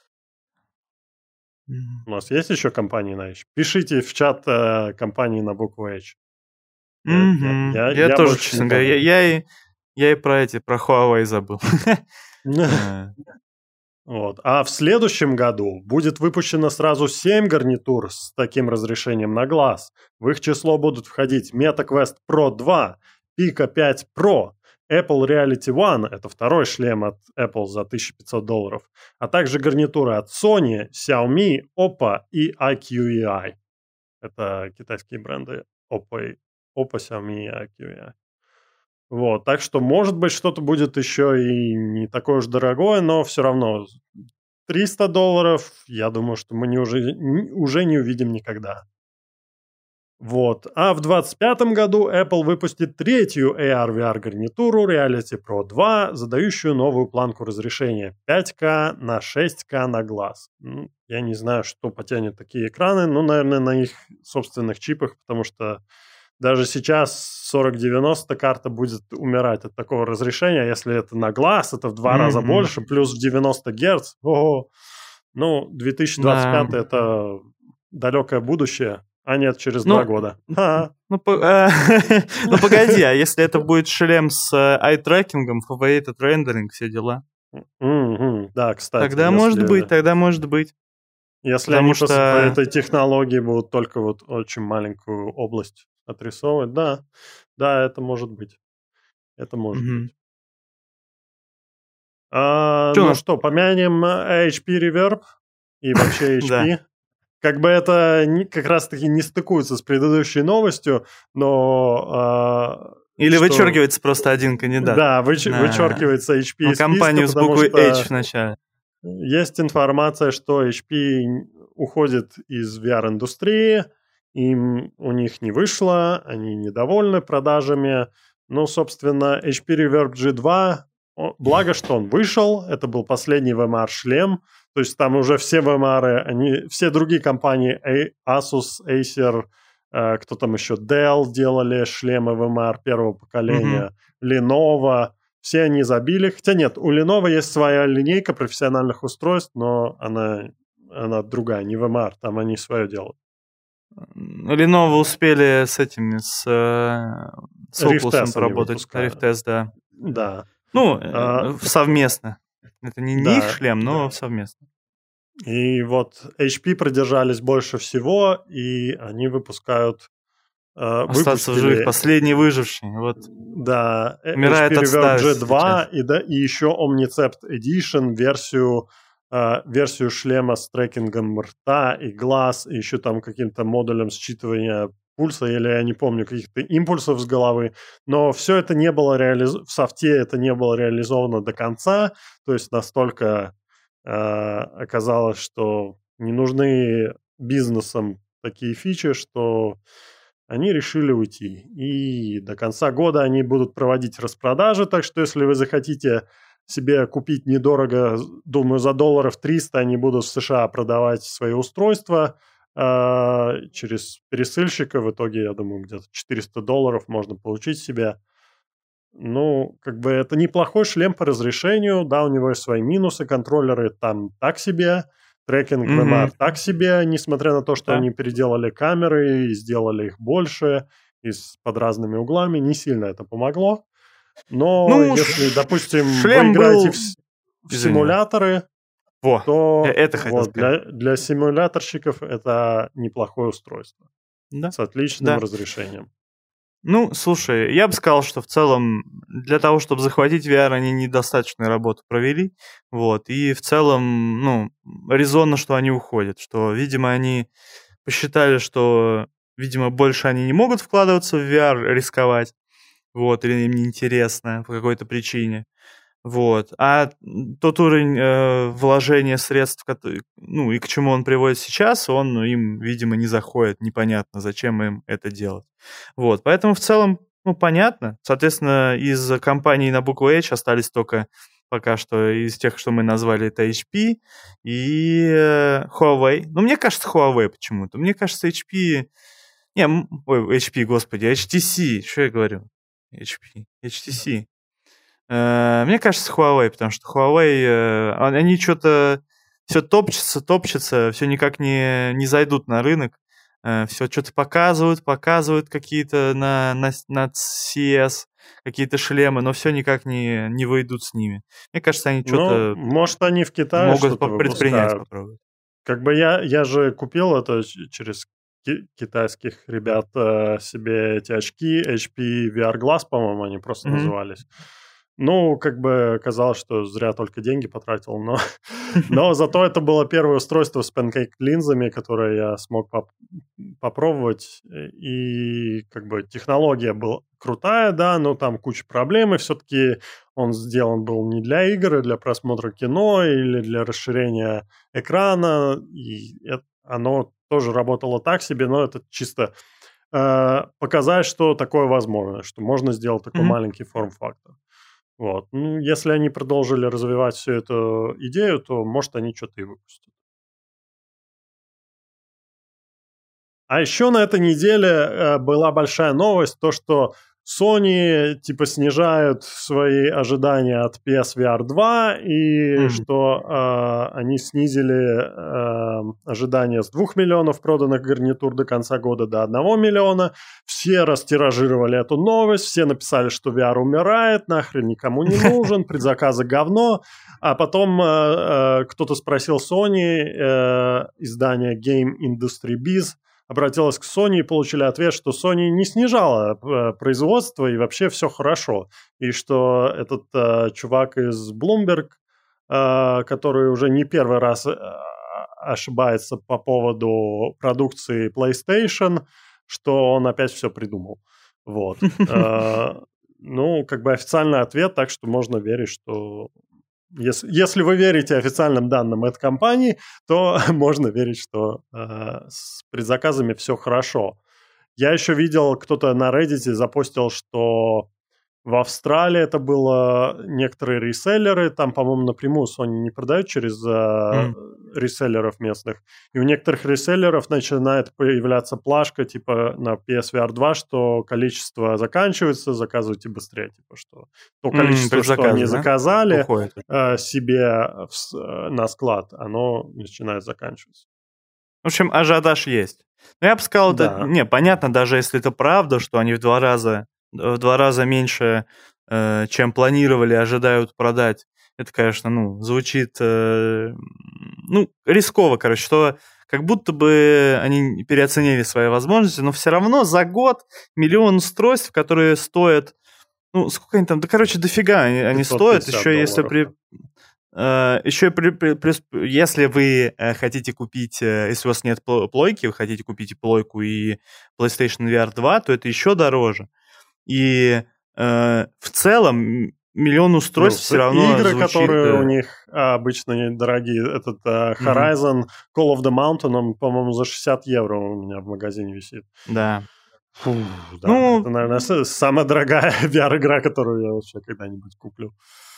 Мгм. У нас есть еще компании на H? Пишите в чат э, компании на букву H. Я, я, Мгм. я, Я я тоже, больше честно говоря, я, никого. я и, я и про эти, про Huawei забыл. Э, Вот. А в следующем году будет выпущено сразу семь гарнитур с таким разрешением на глаз. В их число будут входить MetaQuest Pro два, Pico пять Pro, Apple Reality One, это второй шлем от Apple за тысяча пятьсот долларов, а также гарнитуры от Sony, Xiaomi, Oppo и ай кью и ай. Это китайские бренды Oppo, и- Oppo, Xiaomi и ай кью и ай. Вот, так что, может быть, что-то будет еще и не такое уж дорогое, но все равно триста долларов, я думаю, что мы не уже, н- уже не увидим никогда. Вот. А в двадцать пятом году Apple выпустит третью эй ар-ви ар-гарнитуру Reality Pro два, задающую новую планку разрешения пять ка на шесть ка на глаз. М, Я не знаю, что потянет такие экраны, но, наверное, на их собственных чипах, потому что даже сейчас сорок девяносто карта будет умирать от такого разрешения. Если это на глаз, это в два mm-hmm. раза больше, плюс в девяносто герц. Ого. Ну, две тысячи двадцать пятый да. это далекое будущее, а нет, через ну, два года. Ну, ну, погоди, а если это будет шлем с ай-трекингом, favorited rendering, все дела? Да, кстати. Тогда может быть, тогда может быть. Если они по этой технологии будут только вот очень маленькую область отрисовывать, да, да, это может быть. Это может быть. А, ну что, помянем эйч пи Reverb и вообще эйч пи. Как бы это не, как раз-таки не стыкуется с предыдущей новостью, но... А, Или что... вычеркивается просто один кандидат. Да, выч... на... вычеркивается эйч пи ну, из списка, компанию с буквой H в начале. Есть информация, что эйч пи уходит из ви ар-индустрии, им у них не вышло, они недовольны продажами. Ну, собственно, эйч пи Reverb джи два, благо, что он вышел, это был последний ви эм ар-шлем, то есть там уже все ви эм ар, они, все другие компании, Asus, Acer, э, кто там еще, Dell делали шлемы ви эм ар первого поколения, mm-hmm. Lenovo, все они забили. Хотя нет, у Lenovo есть своя линейка профессиональных устройств, но она, она другая, не ви эм ар, там они свое делают. Lenovo успели с этими, с, с Oculus поработать. Rift-тест, да. Да. Ну, а, совместно. Это не, да, не их шлем, но да. совместно. И вот эйч пи продержались больше всего, и они выпускают... Э, Остаться в живых, последний выживший. Вот. Да, умирает эйч пи от Reverb джи два и, да, и еще Omnicept Edition, версию, э, версию шлема с трекингом рта и глаз, и еще там каким-то модулем считывания пульса, или я не помню, каких-то импульсов с головы, но все это не было реализовано, в софте это не было реализовано до конца, то есть настолько э, оказалось, что не нужны бизнесам такие фичи, что они решили уйти. И до конца года они будут проводить распродажи, так что если вы захотите себе купить недорого, думаю, за долларов триста, они будут в США продавать свои устройства э, через пересыльщика. В итоге, я думаю, где-то четыреста долларов можно получить себе. Ну, как бы это неплохой шлем по разрешению, да, у него есть свои минусы, контроллеры там так себе, трекинг mm-hmm. ви эм ар так себе, несмотря на то, что да. они переделали камеры и сделали их больше, и с, под разными углами, не сильно это помогло. Но ну, если, допустим, вы играете был... в, в симуляторы, Во, то это вот, для, для симуляторщиков это неплохое устройство да. с отличным да. разрешением. Ну, слушай, я бы сказал, что в целом для того, чтобы захватить ви ар, они недостаточную работу провели, вот, и в целом, ну, резонно, что они уходят, что, видимо, они посчитали, что, видимо, больше они не могут вкладываться в ви ар, рисковать, вот, или им неинтересно по какой-то причине, вот, а тот уровень э, вложения средств, который, ну, и к чему он приводит сейчас, он ну, им, видимо, не заходит, непонятно, зачем им это делать, вот, поэтому в целом, ну, понятно, соответственно, из компаний на букву H остались только пока что из тех, что мы назвали, это эйч пи и э, Huawei, ну, мне кажется, Huawei почему-то, мне кажется, эйч пи, не, ой, эйч пи, господи, эйч ти си, что я говорю, эйч пи, эйч ти си. Мне кажется, Huawei, потому что Huawei, они что-то все топчется, топчется, все никак не, не зайдут на рынок, все что-то показывают, показывают какие-то на, на, на си эс, какие-то шлемы, но все никак не, не выйдут с ними. Мне кажется, они что-то ну, может, они в Китае могут что-то предпринять, выпускают. попробовать. Как бы я, я же купил это через китайских ребят себе эти очки, эйч пи ви ар Glass, по-моему, они просто mm-hmm. назывались. Ну, как бы казалось, что зря только деньги потратил, но, но зато это было первое устройство с панкейк-линзами, которое я смог поп- попробовать, и как бы технология была крутая, да, но там куча проблем, и все-таки он сделан был не для игр, а для просмотра кино или для расширения экрана, и это, оно тоже работало так себе, но это чисто э, показать, что такое возможно, что можно сделать такой mm-hmm. маленький форм-фактор. Вот. Ну, если они продолжили развивать всю эту идею, то, может, они что-то и выпустят. А еще на этой неделе э, была большая новость, то, что Sony типа снижают свои ожидания от пи эс ви ар два, и mm. что э, они снизили э, ожидания с двух миллионов проданных гарнитур до конца года до одного миллиона. Все растиражировали эту новость, все написали, что ви ар умирает, нахрен никому не нужен, предзаказы говно. А потом э, э, кто-то спросил Sony, э, издание Game Industry Biz, обратилась к Sony и получили ответ, что Sony не снижала э, производство и вообще все хорошо. И что этот э, чувак из Bloomberg, э, который уже не первый раз э, ошибается по поводу продукции PlayStation, что он опять все придумал. Вот. Ну, как бы официальный ответ, так что можно верить, что... Если, если вы верите официальным данным этой компании, то можно верить, что э, с предзаказами все хорошо. Я еще видел, кто-то на Reddit запостил, что в Австралии это было некоторые реселлеры, там, по-моему, напрямую Sony не продают через э, mm. реселлеров местных, и у некоторых реселлеров начинает появляться плашка типа на пи эс ви ар два, что количество заканчивается, заказывайте быстрее, типа что то количество, mm, что они да? заказали э, себе в, на склад, оно начинает заканчиваться. В общем, ажиотаж есть. Но я бы сказал, да. это, не, понятно, даже если это правда, что они в два раза в два раза меньше, э, чем планировали, ожидают продать. Это, конечно, ну, звучит, э, ну, рисково, короче, что как будто бы они переоценили свои возможности, но все равно за год миллион устройств, которые стоят, ну, сколько они там, да, короче, дофига они, они стоят, еще долларов. если при... Uh, еще при, при, при, если вы uh, хотите купить, uh, если у вас нет плойки, вы хотите купить и плойку, и PlayStation ви ар два, то это еще дороже. И э, в целом миллион устройств ну, все равно игры, звучит... которые у них а, обычно недорогие, этот а, Horizon, mm-hmm. Call of the Mountain, он, по-моему, за шестьдесят евро у меня в магазине висит. Да. Фу, да. Ну, это, наверное, самая дорогая ви ар-игра, которую я вообще когда-нибудь куплю.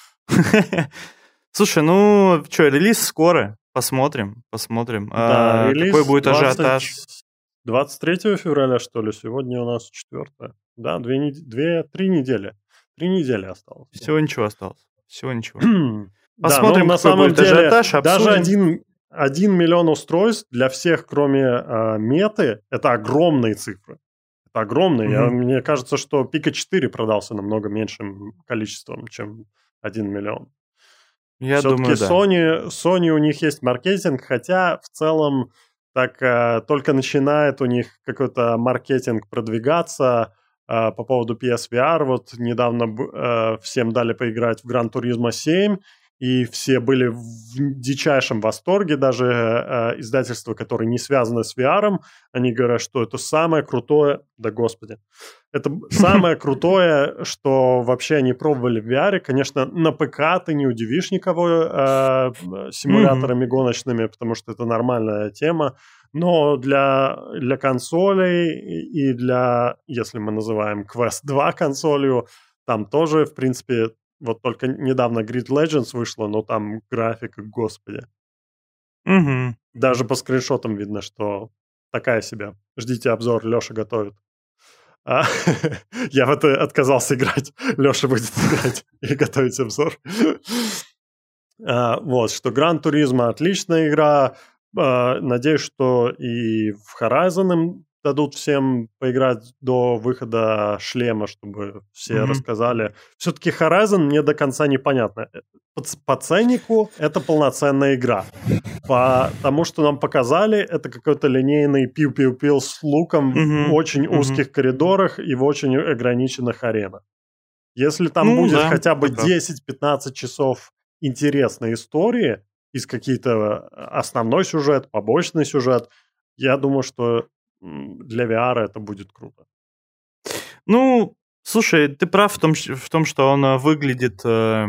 Слушай, ну, что, релиз скоро. Посмотрим, посмотрим. Да, а, какой будет ажиотаж. двадцать третьего февраля, что ли? Сегодня у нас четвёртое. Да, две, две, три недели. Три недели осталось. Всего ничего осталось. Всего ничего. Посмотрим, да, на самом будет деле, ажиотаж, даже один, один миллион устройств для всех, кроме э, меты, это огромные цифры. Это огромные. Mm-hmm. Я, мне кажется, что Пика четыре продался намного меньшим количеством, чем один миллион. Я Все-таки думаю, да. Sony, Sony у них есть маркетинг, хотя в целом так э, только начинает у них какой-то маркетинг продвигаться э, по поводу пи эс ви ар. Вот недавно э, всем дали поиграть в Gran Turismo семь, и все были в дичайшем восторге. Даже э, издательства, которые не связаны с ви ар, они говорят, что это самое крутое... Да господи. Это самое крутое, что вообще они пробовали в ви ар. Конечно, на ПК ты не удивишь никого э, симуляторами mm-hmm. гоночными, потому что это нормальная тема. Но для, для консолей и для, если мы называем Quest два консолью, там тоже, в принципе, вот только недавно Grid Legends вышло, но там графика, господи. Mm-hmm. Даже по скриншотам видно, что такая себе. Ждите обзор, Леша готовит. А, я в это отказался играть. Леша будет играть и готовить обзор. а, вот, что Gran Turismo отличная игра. А, надеюсь, что и в Horizon им дадут всем поиграть до выхода шлема, чтобы все mm-hmm. рассказали. Все-таки Horizon мне до конца непонятно. По, по ценнику это полноценная игра. По тому, что нам показали, это какой-то линейный пиу-пиу-пил с луком mm-hmm. в очень mm-hmm. узких коридорах и в очень ограниченных аренах. Если там ну, будет да, хотя бы десять-пятнадцать часов интересной истории из каких-то основной сюжет, побочный сюжет, я думаю, что для ви ар это будет круто. Ну, слушай, ты прав в том, в том что он выглядит... Э,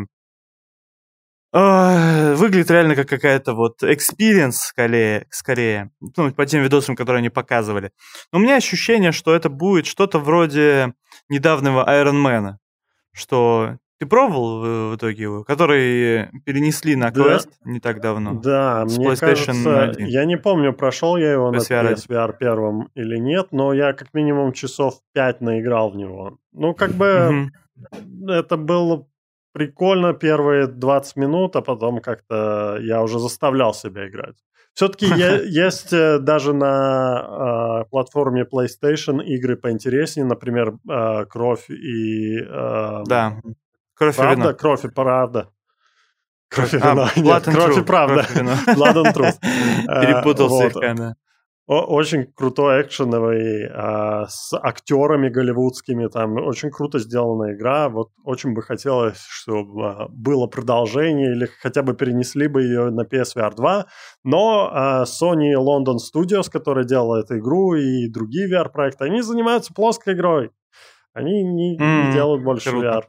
э, выглядит реально как какая-то вот experience скорее, скорее, ну, по тем видосам, которые они показывали. Но у меня ощущение, что это будет что-то вроде недавнего Iron Man, что Ты пробовал в, в итоге его? Который перенесли на Да, Quest не так давно. да, С мне PlayStation кажется, один. я не помню, прошел я его пи на эс ви ар пи один. эс ви ар первом или нет, но я как минимум часов пять наиграл в него. Ну, как бы Мгм. это было прикольно первые двадцать минут, а потом как-то я уже заставлял себя играть. Все-таки есть э, даже на э, платформе PlayStation игры поинтереснее, например, э, «Кровь и...» э, Да. Кровь и Правда? вино. «Кровь и правда». Кровь... «Кровь и А, вино». Blood Нет, and «Кровь и Truth. правда». Кровь и вино. «Blood and Truth». Э, Перепутал Вот. слегка, да. О- Очень крутой экшеновый, а, с актерами голливудскими, там очень круто сделана игра. Вот очень бы хотелось, чтобы а, было продолжение или хотя бы перенесли бы ее на пи эс ви ар два. Но а, Sony London Studios, которая делала эту игру, и другие ви ар-проекты, они занимаются плоской игрой. Они не, не М, делают больше Круто. ви ар.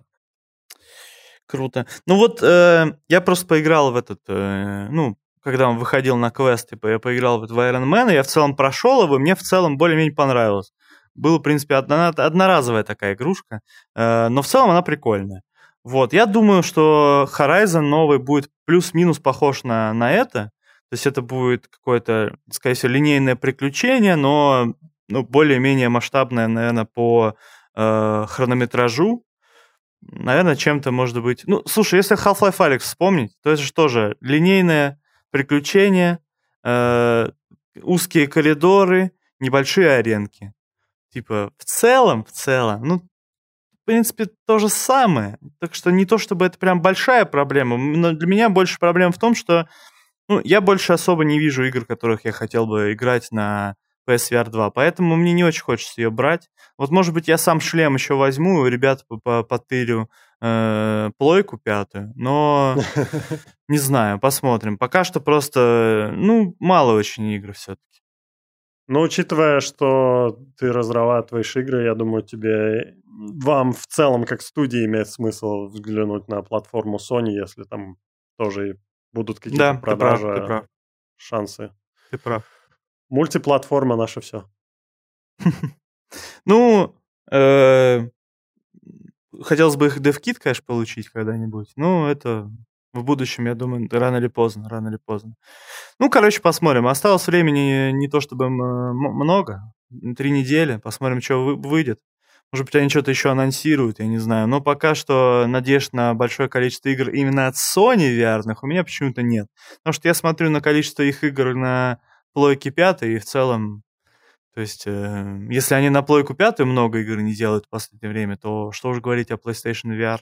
Круто. Ну вот э, я просто поиграл в этот, э, ну, когда он выходил на квест, типа, я поиграл в Iron Man, и я в целом прошел его, и мне в целом более-менее понравилось. Была, в принципе, одна, одноразовая такая игрушка, э, но в целом она прикольная. Вот, я думаю, что Horizon новый будет плюс-минус похож на, на это, то есть это будет какое-то, скорее всего, линейное приключение, но ну, более-менее масштабное, наверное, по э, хронометражу. Наверное, чем-то может быть... Ну, слушай, если Half-Life Alyx вспомнить, то это же тоже линейное приключение, э, узкие коридоры, небольшие аренки. Типа, в целом, в целом, ну, в принципе, то же самое. Так что не то, чтобы это прям большая проблема, но для меня больше проблема в том, что ну, я больше особо не вижу игр, которых я хотел бы играть на пи эс ви ар два, поэтому мне не очень хочется ее брать. Вот, может быть, я сам шлем еще возьму, ребята потырю э, плойку пятую, но не знаю, посмотрим. Пока что просто, ну, мало очень игр все-таки. Но учитывая, что ты разрабатываешь игры, я думаю, тебе вам в целом как студии имеет смысл взглянуть на платформу Sony, если там тоже будут какие-то Да, ты прав, ты продажи, прав, шансы. ты прав. Мультиплатформа наше все. Ну, э, хотелось бы их DevKit, конечно, получить когда-нибудь. Ну, это в будущем, я думаю, рано или поздно, рано или поздно. Ну, короче, посмотрим. Осталось времени не то чтобы м- м- много, три недели. Посмотрим, что вы- выйдет. Может быть, они что-то еще анонсируют, я не знаю. Но пока что надежд на большое количество игр именно от Sony ви ар-ных у меня почему-то нет. Потому что я смотрю на количество их игр на плойке пятой, и в целом, то есть, э, если они на плойку пятую много игр не делают в последнее время, то что уж говорить о PlayStation ви ар?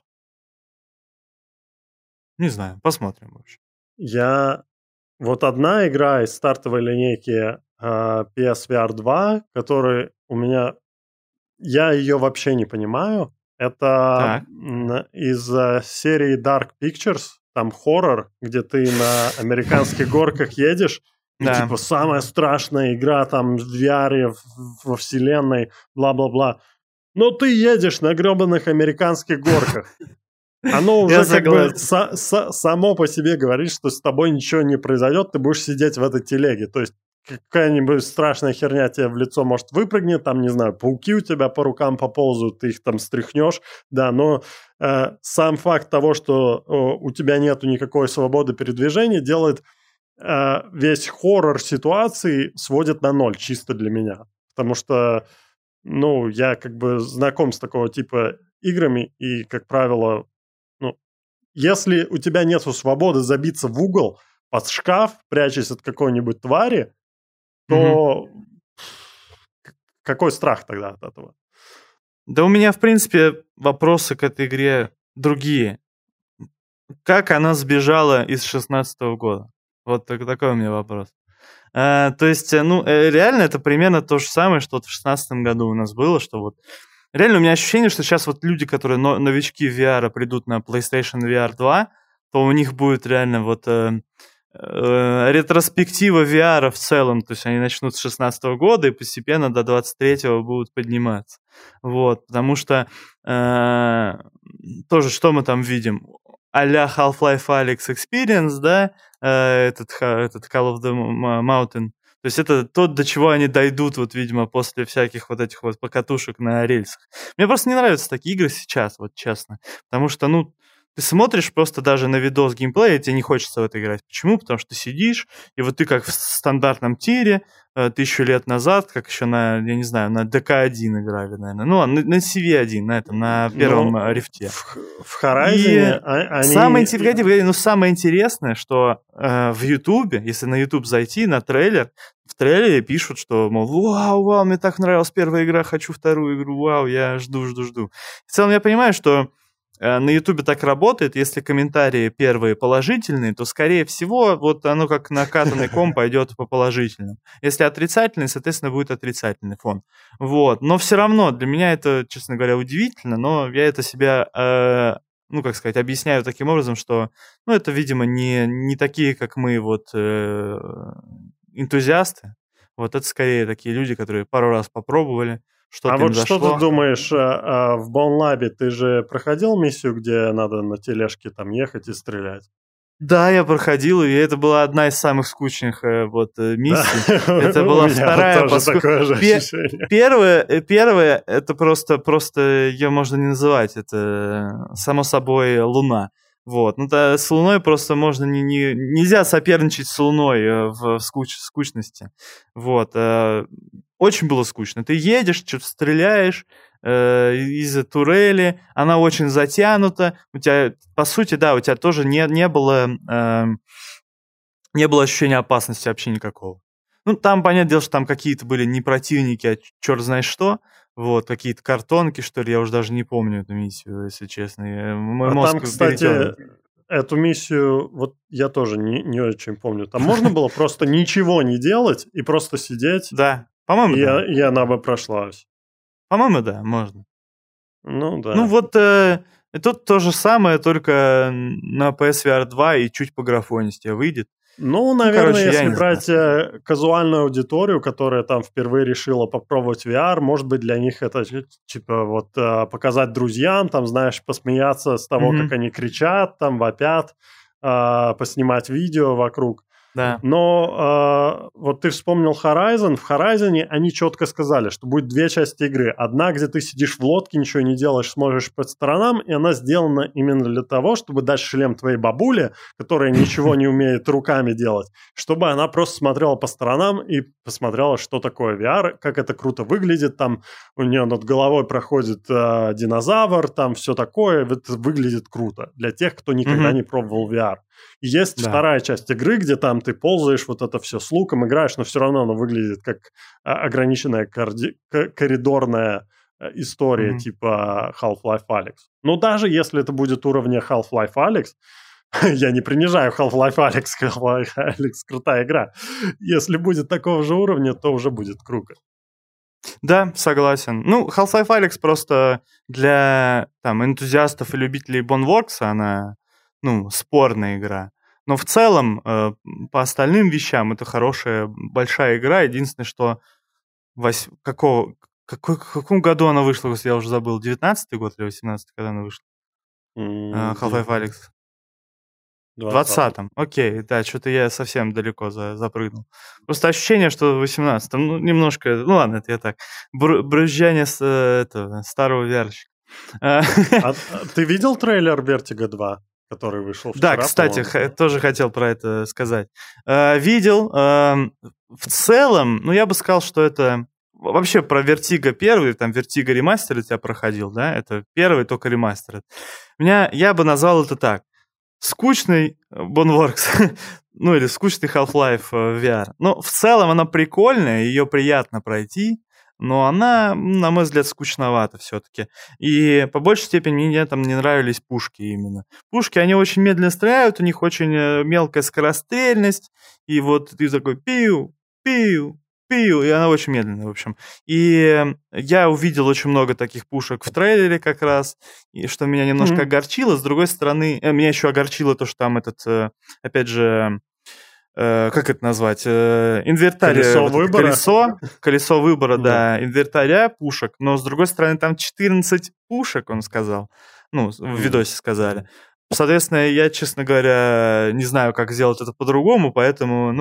Не знаю, посмотрим, в общем. Я... Вот одна игра из стартовой линейки а, пи эс ви ар два, которая у меня... Я ее вообще не понимаю. Это Так. м, из э, серии Dark Pictures, там хоррор, где ты на американских горках едешь, и Да. типа самая страшная игра там в ви ар, в- во вселенной, бла-бла-бла. Но ты едешь на гребаных американских горках. Оно уже Я как бы согласен. са- са- само по себе говорит, что с тобой ничего не произойдет, ты будешь сидеть в этой телеге. То есть какая-нибудь страшная херня тебе в лицо может выпрыгнет, там, не знаю, пауки у тебя по рукам поползают, ты их там стряхнешь, да, но э, сам факт того, что э, у тебя нету никакой свободы передвижения, делает э, весь хоррор ситуации сводит на ноль чисто для меня. Потому что, ну, я как бы знаком с такого типа играми, и, как правило, ну, если у тебя нет свободы забиться в угол под шкаф, прячась от какой-нибудь твари, то какой страх тогда от этого? Да у меня, в принципе, вопросы к этой игре другие. Как она сбежала из шестнадцатого года? Вот так- такой у меня вопрос. А, то есть, э, ну, э, реально это примерно то же самое, что вот в шестнадцатом году у нас было, что вот... Реально у меня ощущение, что сейчас вот люди, которые но- новички ви ар придут на PlayStation ви ар два, то у них будет реально вот... э, э, ретроспектива ви ар в целом, то есть они начнут с шестнадцатого года и постепенно до двадцать третьего будут подниматься. Вот, потому что э, тоже что мы там видим? А-ля Half-Life Alyx Experience, да, э, этот, ха- этот Call of the Mountain, То есть это то, до чего они дойдут, вот, видимо, после всяких вот этих вот покатушек на рельсах. Мне просто не нравятся такие игры сейчас, вот честно. Потому что, ну, ты смотришь просто даже на видос геймплея, тебе не хочется в это играть. Почему? Потому что ты сидишь, и вот ты как в стандартном тире э, тысячу лет назад, как еще на, я не знаю, на ди кей один играли, наверное. Ну, на, на си ви один, на этом, на первом Ну, рифте. В, в Horizon они... Самое, интерес- ну, самое интересное, что э, в Ютубе, если на Ютуб зайти, на трейлер, в трейлере пишут, что, мол, вау, вау, мне так нравилась первая игра, хочу вторую игру, вау, я жду, жду, жду. В целом я понимаю, что на Ютубе так работает, если комментарии первые положительные, то, скорее всего, вот оно как накатанный ком пойдет по положительным. Если отрицательный, соответственно, будет отрицательный фон. Вот. Но все равно для меня это, честно говоря, удивительно, но я это себя, э, ну, как сказать, объясняю таким образом, что, ну, это, видимо, не, не такие, как мы, вот, э, энтузиасты. Вот это скорее такие люди, которые пару раз попробовали, что-то а им вот зашло. что ты думаешь, в Bone Lab ты же проходил миссию, где надо на тележке там ехать и стрелять? Да, я проходил, и это была одна из самых скучных э, вот миссий. Да. Это была вторая, поскольку Пе- первая, первая, это просто, просто ее можно не называть, это само собой Луна. Вот, ну да, с Луной просто можно не, не нельзя соперничать с Луной в скуч, скучности. Вот, э, очень было скучно. Ты едешь, что-то стреляешь э, из турели, она очень затянута. У тебя, по сути, да, у тебя тоже не, не было э, не было ощущения опасности вообще никакого. Ну, там, понятное дело, что там какие-то были не противники, а черт знает что. Вот, какие-то картонки, что ли, я уже даже не помню эту миссию, если честно. Мой а мозг там, кстати, перетерт. Эту миссию, вот я тоже не, не очень помню. Там можно было просто ничего не делать и просто сидеть. Да, по-моему, и, да. И она бы прошлась. По-моему, да, можно. Ну, да. Ну, вот э, тут то же самое, только на пи эс ви ар два и чуть по графонисти выйдет. Ну, наверное, ну, короче, если брать знаю. казуальную аудиторию, которая там впервые решила попробовать ви ар, может быть, для них это, типа, вот показать друзьям, там, знаешь, посмеяться с того, mm-hmm. как они кричат, там, вопят, поснимать видео вокруг. Да. Но э, вот ты вспомнил Horizon. В Horizon они четко сказали, что будет две части игры. Одна, где ты сидишь в лодке, ничего не делаешь, смотришь по сторонам, и она сделана именно для того, чтобы дать шлем твоей бабуле, которая ничего не умеет руками делать, чтобы она просто смотрела по сторонам и посмотрела, что такое ви ар, как это круто выглядит. Там у нее над головой проходит э, динозавр, там все такое. Это выглядит круто для тех, кто никогда mm-hmm. не пробовал ви ар. И есть да. вторая часть игры, где там ты ползаешь, вот это все с луком играешь, но все равно оно выглядит как ограниченная корди- коридорная история mm-hmm. типа Half-Life Alyx. Но даже если это будет уровня Half-Life Alyx, я не принижаю Half-Life Alyx, Half-Life Alyx крутая игра. Если будет такого же уровня, то уже будет круто. Да, согласен. Ну, Half-Life Alyx просто для там, энтузиастов и любителей Boneworks она... ну, спорная игра. Но в целом, э, по остальным вещам, это хорошая, большая игра. Единственное, что вось... какого... Какой... в каком году она вышла, я уже забыл, девятнадцатый год или восемнадцатый, когда она вышла? Mm, Half-Life Alyx. В двадцатом. Окей, да, что-то я совсем далеко за... запрыгнул. Просто ощущение, что в восемнадцатом, ну, немножко, ну ладно, это я так, Бр... брызжание с, этого, старого вярщика. А, ты видел трейлер Vertigo два? Который вышел вчера. Да, кстати, х- тоже хотел про это сказать. Э, видел. Э, в целом, ну, я бы сказал, что это... Вообще про Vertigo первый, там Vertigo Remastered я проходил, да? Это первый, только Remastered. Меня, я бы назвал это так. Скучный Boneworks, ну, или скучный Half-Life ви ар. Но в целом она прикольная, ее приятно пройти. Но она, на мой взгляд, скучновата все-таки. И по большей степени мне там не нравились пушки именно. Пушки, они очень медленно стреляют, у них очень мелкая скорострельность. И вот ты такой пиу, пиу, пиу, и она очень медленная, в общем. И я увидел очень много таких пушек в трейлере как раз, и что меня немножко mm-hmm. огорчило. С другой стороны, э, меня еще огорчило то, что там этот, э, опять же... как это назвать, инвентарь, колесо вот выбора, колесо, колесо выбора, да, инвентаря пушек, но с другой стороны там четырнадцать пушек, он сказал, ну, в видосе сказали. Соответственно, я, честно говоря, не знаю, как сделать это по-другому, поэтому, ну,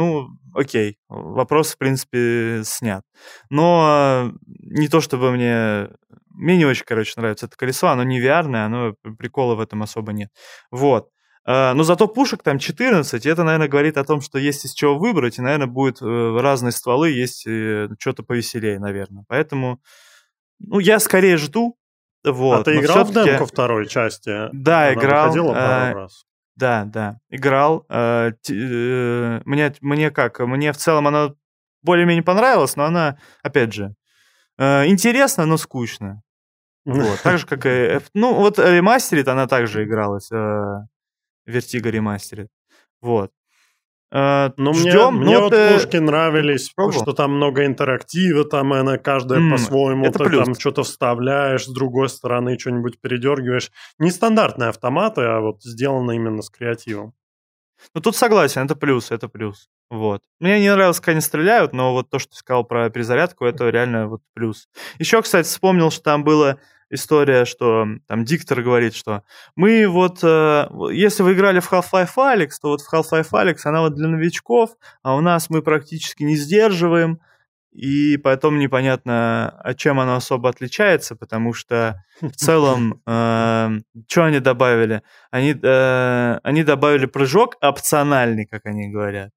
окей, вопрос, в принципе, снят. Но не то, чтобы мне... Мне не очень, короче, нравится это колесо, оно не ви ар-ное, оно прикола в этом особо нет. Вот. Но зато пушек там четырнадцать, и это, наверное, говорит о том, что есть из чего выбрать, и, наверное, будут разные стволы, есть что-то повеселее, наверное. Поэтому, ну, я скорее жду. Вот. А ты Но играл в все-таки... демку второй части? Да, Она играл. выходила пару э, раз. Да, да, играл. Э, т- э, Мне, мне как? Мне в целом она более-менее понравилась, но она, опять же, э, интересна, но скучно. Вот. Так же, как и... F- Ну, вот ремастерит, она также игралась. э, Vertigo ремастерит. Вот. Э, Ну, мне, Ждем. Ну, мне вот вот э, пушки ты нравились, пробовал? что там много интерактива, там она каждая М, по-своему, Это ты плюс. там что-то вставляешь, с другой стороны что-нибудь передергиваешь. Нестандартные автоматы, а вот сделаны именно с креативом. Ну, тут согласен, это плюс, это плюс. Вот. Мне не нравилось, как они стреляют, но вот то, что ты сказал про перезарядку, это реально вот плюс. Еще, кстати, вспомнил, что там была история, что там диктор говорит, что мы вот, э, если вы играли в Half-Life Alyx, то вот в Half-Life Alyx она вот для новичков, а у нас мы практически не сдерживаем, и поэтому непонятно, от чем оно особо отличается, потому что в целом, э, что они добавили? Они, э, они добавили прыжок опциональный, как они говорят.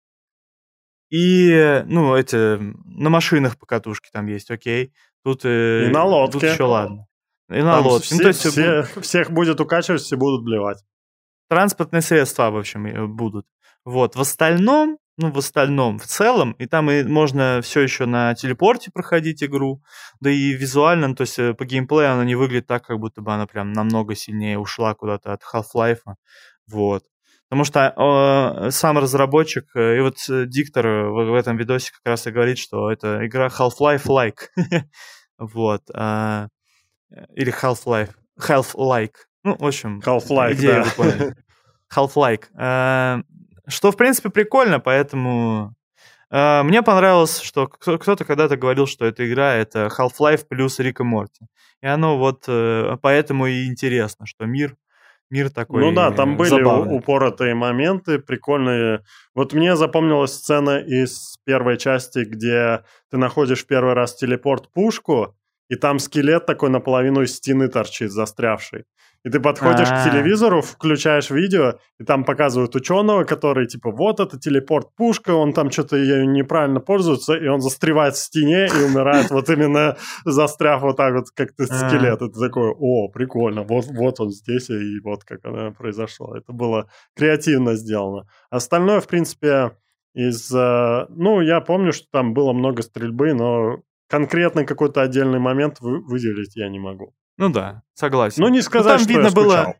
И, ну, эти, на машинах покатушки там есть, окей. Тут, И э, на тут лодке. еще ладно. И на Там лодке. Ну, то все, есть бу- все, всех будет укачивать, все будут блевать. транспортные средства, в общем, э, будут. Вот. В остальном, ну, в остальном, в целом, и там и можно все еще на телепорте проходить игру, да и визуально, ну, то есть э, по геймплею она не выглядит так, как будто бы она прям намного сильнее ушла куда-то от Half-Life. Вот. Потому что э, сам разработчик, э, и вот э, диктор э, в, в этом видосе как раз и говорит, что это игра Half-Life-like. Вот. а, э, Или Half-Life. Half-like. Ну, в общем, Half-Life, идея да. вы поняли. Half-like. Э, Что, в принципе, прикольно, поэтому... э, Мне понравилось, что кто- кто-то когда-то говорил, что эта игра — это Half-Life плюс Рик и Морти. И оно вот э, поэтому и интересно, что мир, мир Ну такой да, там э, были у- забавный. упоротые моменты, прикольные. Вот мне запомнилась сцена из первой части, где ты находишь в первый раз телепорт-пушку, и там скелет такой наполовину из стены торчит, застрявший. И ты подходишь к А, телевизору, включаешь видео, и там показывают ученого, который типа, вот это телепорт-пушка, он там что-то ею неправильно пользуется, и он застревает в стене и умирает вот именно застряв вот так вот, как ты а. скелет. И ты такой, о, прикольно, вот, вот он здесь, и вот как оно произошло. Это было креативно сделано. Остальное, в принципе, из... э, Ну, я помню, что там было много стрельбы, но конкретно какой-то отдельный момент вы- выделить я не могу. Ну да, Ну, согласен. не Ну сказать, там что я видно было, скучал.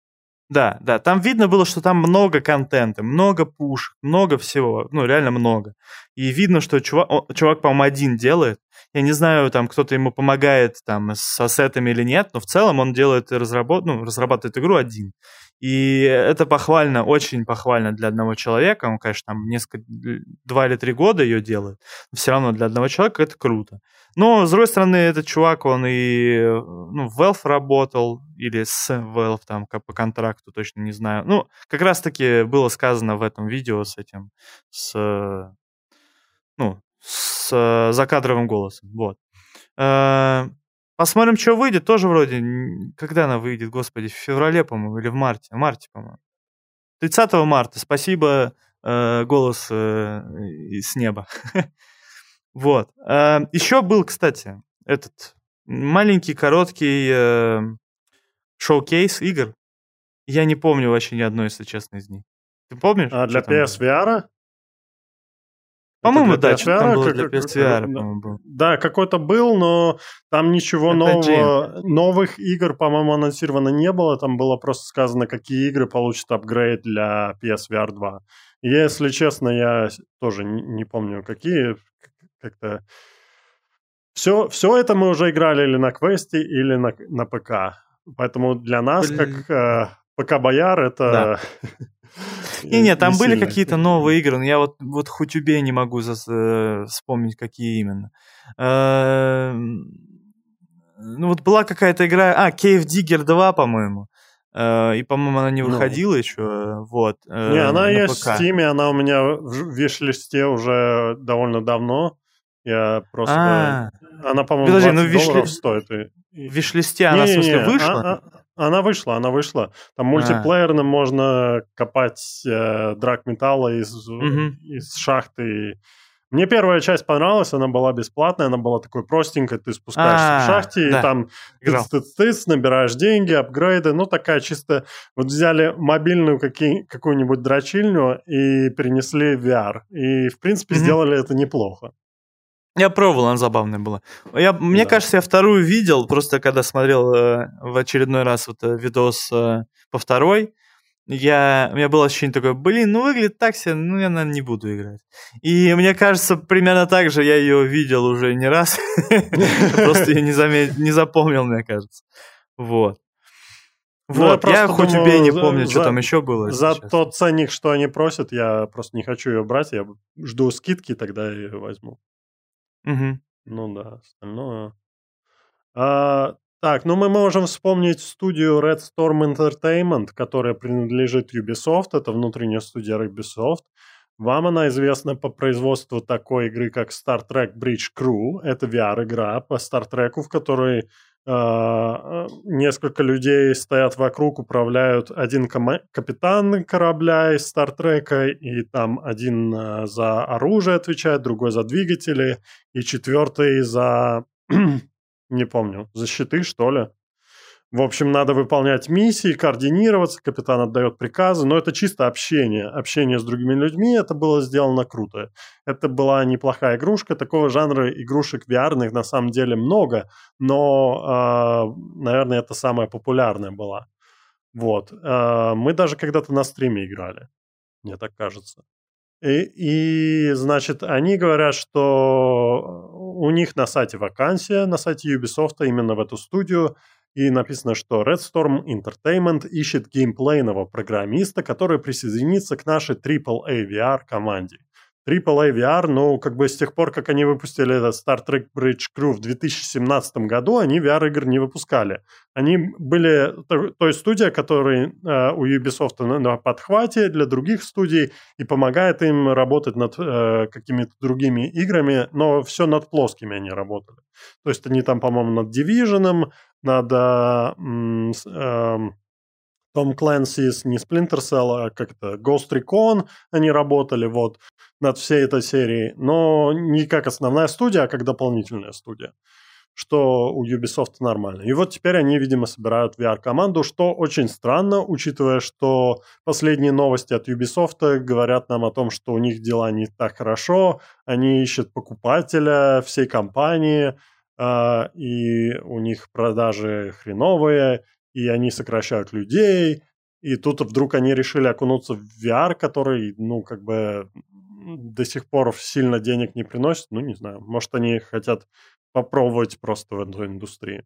да, да, там видно было, что там много контента, много пушек, много всего, ну реально много. И видно, что чувак, о, чувак, по-моему, один делает. Я не знаю, там кто-то ему помогает там с ассетами или нет, но в целом он делает разработ... ну, разрабатывает игру один. И это похвально, очень похвально для одного человека. Он, конечно, там несколько, два или три года ее делает. Но все равно для одного человека это круто. Но, с другой стороны, этот чувак, он и ну, в Valve работал, или с Valve там как по контракту, точно не знаю. Ну, как раз-таки было сказано в этом видео с этим, с, ну, с э, закадровым голосом. Вот. Э, Посмотрим, что выйдет. Тоже вроде... н- Когда она выйдет, господи, в феврале, по-моему, или в марте? В марте, по-моему. тридцатого марта. Спасибо, э, голос э, и- с неба. Вот. Э, Еще был, кстати, этот маленький, короткий э, шоу-кейс игр. Я не помню вообще ни одной, если честно, из них. Ты помнишь, А для что там было? пи эс ви ар? Это По-моему, для да, что-то там пи эс ви ар? было Как- для как- пи эс ви как- ар, да, по-моему, было. да, какой-то был, но там ничего эр пи джи. нового, новых игр, по-моему, анонсировано не было. Там было просто сказано, какие игры получат апгрейд для пи эс ви ар два. И, если честно, я с- тоже не, не помню, какие. Как-то все, все это мы уже играли или на квесте, или на, на ПК. Поэтому для нас, Блин. как э, ПК-бояр, это Не-не, там не были сильно. какие-то новые игры, но я вот, вот хоть убей не могу зас- э, вспомнить, какие именно. Эм, Ну вот была какая-то игра, а, Cave Digger два, по-моему. э, и, по-моему, она не Ну. выходила еще, вот, э, Не, она на есть ПК. в Steam, она у меня в виш-листе уже довольно давно. Я просто... А, Она, по-моему, подожди, ну в двадцать долларов виш-ли- стоит. И... в виш-листе она, в смысле, Не-не-не, вышла? а- а- она вышла, она вышла. Там А. мультиплеерно можно копать э, драгметалла из, Мгм. из шахты. Мне первая часть понравилась, она была бесплатная, она была такой простенькой, ты спускаешься А, в шахте, да, и там играл. тыц-тыц-тыц, набираешь деньги, апгрейды, ну такая чисто... Вот взяли мобильную какие- какую-нибудь дрочильню и перенесли в ви ар. И, в принципе, Мгм. сделали это неплохо. Я пробовал, она забавная была. Я, мне Да. кажется, я вторую видел, просто когда смотрел э, в очередной раз вот э, видос э, по второй, я, у меня было ощущение такое, блин, ну выглядит так себе, ну я, наверное, не буду играть. И мне кажется, примерно так же я ее видел уже не раз, просто я не замет- не запомнил, мне кажется. Вот. Ну, я Вот, я просто хоть убей, не думаю, помню, за- что за- там еще было За сейчас. тот ценник, что они просят, я просто не хочу ее брать, я жду скидки, тогда я ее возьму. Мгм. Ну да, остальное... А, так, ну мы можем вспомнить студию Red Storm Entertainment, которая принадлежит Ubisoft, это внутренняя студия Ubisoft. Вам она известна по производству такой игры, как Star Trek Bridge Crew. Это ви ар-игра по Star Trek, в которой э, несколько людей стоят вокруг, управляют один кома- капитан корабля из Star Trek, и там один э, за оружие отвечает, другой за двигатели, и четвертый за... не помню, за щиты, что ли. В общем, надо выполнять миссии, координироваться, капитан отдает приказы, но это чисто общение. Общение с другими людьми, это было сделано круто. Это была неплохая игрушка, такого жанра игрушек ви ар-ных на самом деле много, но, э, наверное, это самая популярная была. Вот. Э, мы даже когда-то на стриме играли, мне так кажется. И, и, значит, они говорят, что у них на сайте вакансия, на сайте Ubisoft именно в эту студию, и написано, что Red Storm Entertainment ищет геймплейного программиста, который присоединится к нашей трипл эй ви ар команде. трипл эй ви ар, ну, как бы с тех пор, как они выпустили этот Star Trek Bridge Crew в две тысячи семнадцатом году, они ви ар-игр не выпускали. Они были той студией, которая э, у Ubisoft на, на подхвате для других студий и помогает им работать над э, какими-то другими играми, но все над плоскими они работали. То есть они там, по-моему, над Division, над э, э, Том Клэнси, не Splinter Cell, а как это, Ghost Recon они работали, вот, над всей этой серией, но не как основная студия, а как дополнительная студия, что у Ubisoft нормально. И вот теперь они, видимо, собирают ви ар-команду, что очень странно, учитывая, что последние новости от Ubisoft говорят нам о том, что у них дела не так хорошо, они ищут покупателя всей компании, э, и у них продажи хреновые, и они сокращают людей, и тут вдруг они решили окунуться в ви ар, который, ну, как бы до сих пор сильно денег не приносит, ну, не знаю, может, они хотят попробовать просто в эту индустрию.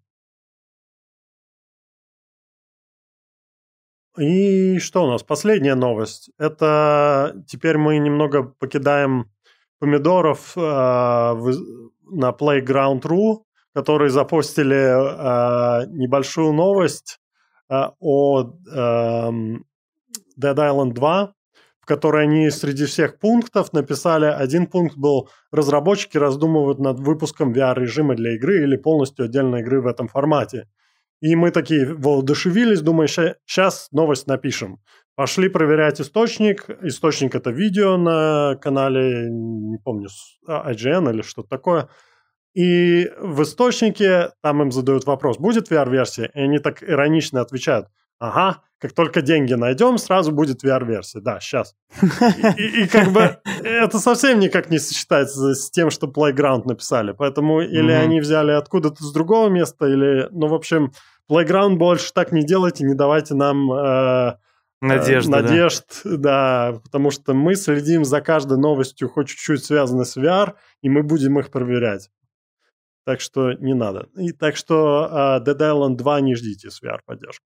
И что у нас? Последняя новость. Это теперь мы немного покидаем помидоров э, в, на Playground точка ру, которые запостили э, небольшую новость э, о э, Dead Island два, в которой они среди всех пунктов написали, один пункт был: разработчики раздумывают над выпуском ви ар-режима для игры или полностью отдельной игры в этом формате. И мы такие воодушевились, думаю, сейчас новость напишем. Пошли проверять источник. Источник – это видео на канале, не помню, ай джи эн или что-то такое. И в источнике там им задают вопрос, будет ви ар-версия? И они так иронично отвечают: ага, как только деньги найдем, сразу будет ви ар-версия. Да, сейчас. И, и, и как бы это совсем никак не сочетается с тем, что Playground написали. Поэтому или mm-hmm. они взяли откуда-то с другого места, или, ну, в общем, Playground больше так не делайте, не давайте нам э, Надежды, э, надежд, да. да, потому что мы следим за каждой новостью, хоть чуть-чуть связанной с ви ар, и мы будем их проверять. Так что не надо. И так что э, Dead Island два не ждите с ви ар-поддержкой.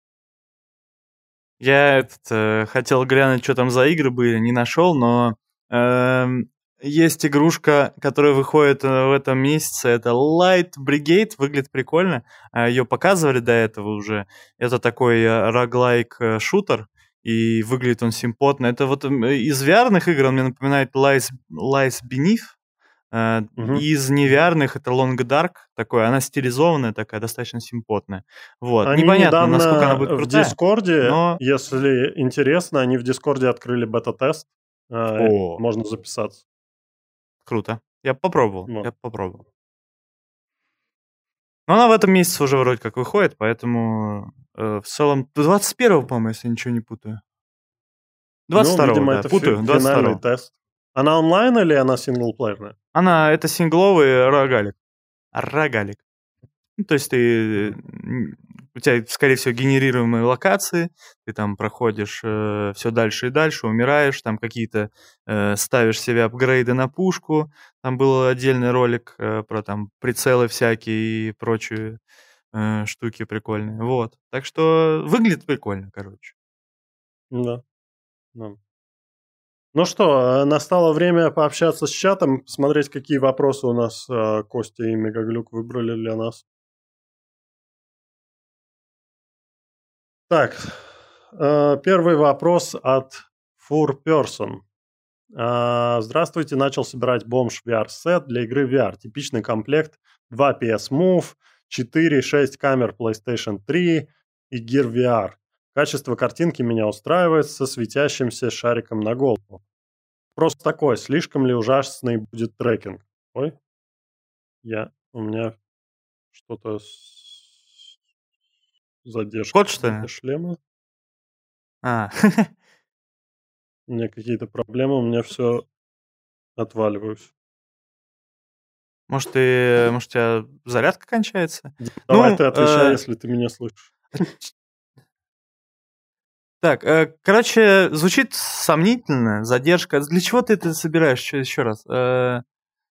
Я этот, э, хотел глянуть, что там за игры были, не нашел, но э, есть игрушка, которая выходит в этом месяце. Это Light Brigade. Выглядит прикольно. Ее показывали до этого уже. Это такой роглайк шутер. И выглядит он симпотно. Это вот из ви ар-ных игр он мне напоминает Lies, Lies Beneath. Мгм. Из не ви ар-ных это Long Dark. Такой, она стилизованная такая, достаточно симпотная. Вот. Они Непонятно, насколько она недавно будет в крутая. Дискорде, Но... если интересно, они в Дискорде открыли бета-тест. а, О, Можно записаться. круто. Я попробовал. Вот. Я попробовал. Но она в этом месяце уже вроде как выходит, поэтому э, в целом двадцать первого, по-моему, если ничего не путаю. двадцать второго, Ну, видимо, да, это путаю, фи- двадцать финальный второго. тест. Она онлайн или она синглплеерная? Она, это сингловый рогалик. Рогалик. Ну, то есть ты, м, у тебя, скорее всего, генерируемые локации, ты там проходишь э, все дальше и дальше, умираешь, там какие-то э, ставишь себе апгрейды на пушку, там был отдельный ролик э, про там прицелы всякие и прочие э, штуки прикольные, вот. Так что выглядит прикольно, короче. Да. да. Ну что, э, настало время пообщаться с чатом, посмотреть, какие вопросы у нас э, Костя и Мегаглюк выбрали для нас. Так, э, первый вопрос от Four Person. А, Здравствуйте, начал собирать бомж ви ар-сет для игры ви ар. Типичный комплект: два пи эс Move, четыре шесть камер PlayStation три и Gear ви ар. Качество картинки меня устраивает со светящимся шариком на голову. Просто такой, слишком ли ужасный будет трекинг? Ой, я, у меня что-то с задержкой Код, что для ли? шлема. А, У меня какие-то проблемы, у меня все отваливаюсь. может, ты, может, у тебя зарядка кончается? Давай Ну, ты отвечай, э, если ты меня слышишь. так, э, короче, звучит сомнительно, задержка. Для чего ты это собираешь? Еще, еще раз. Э,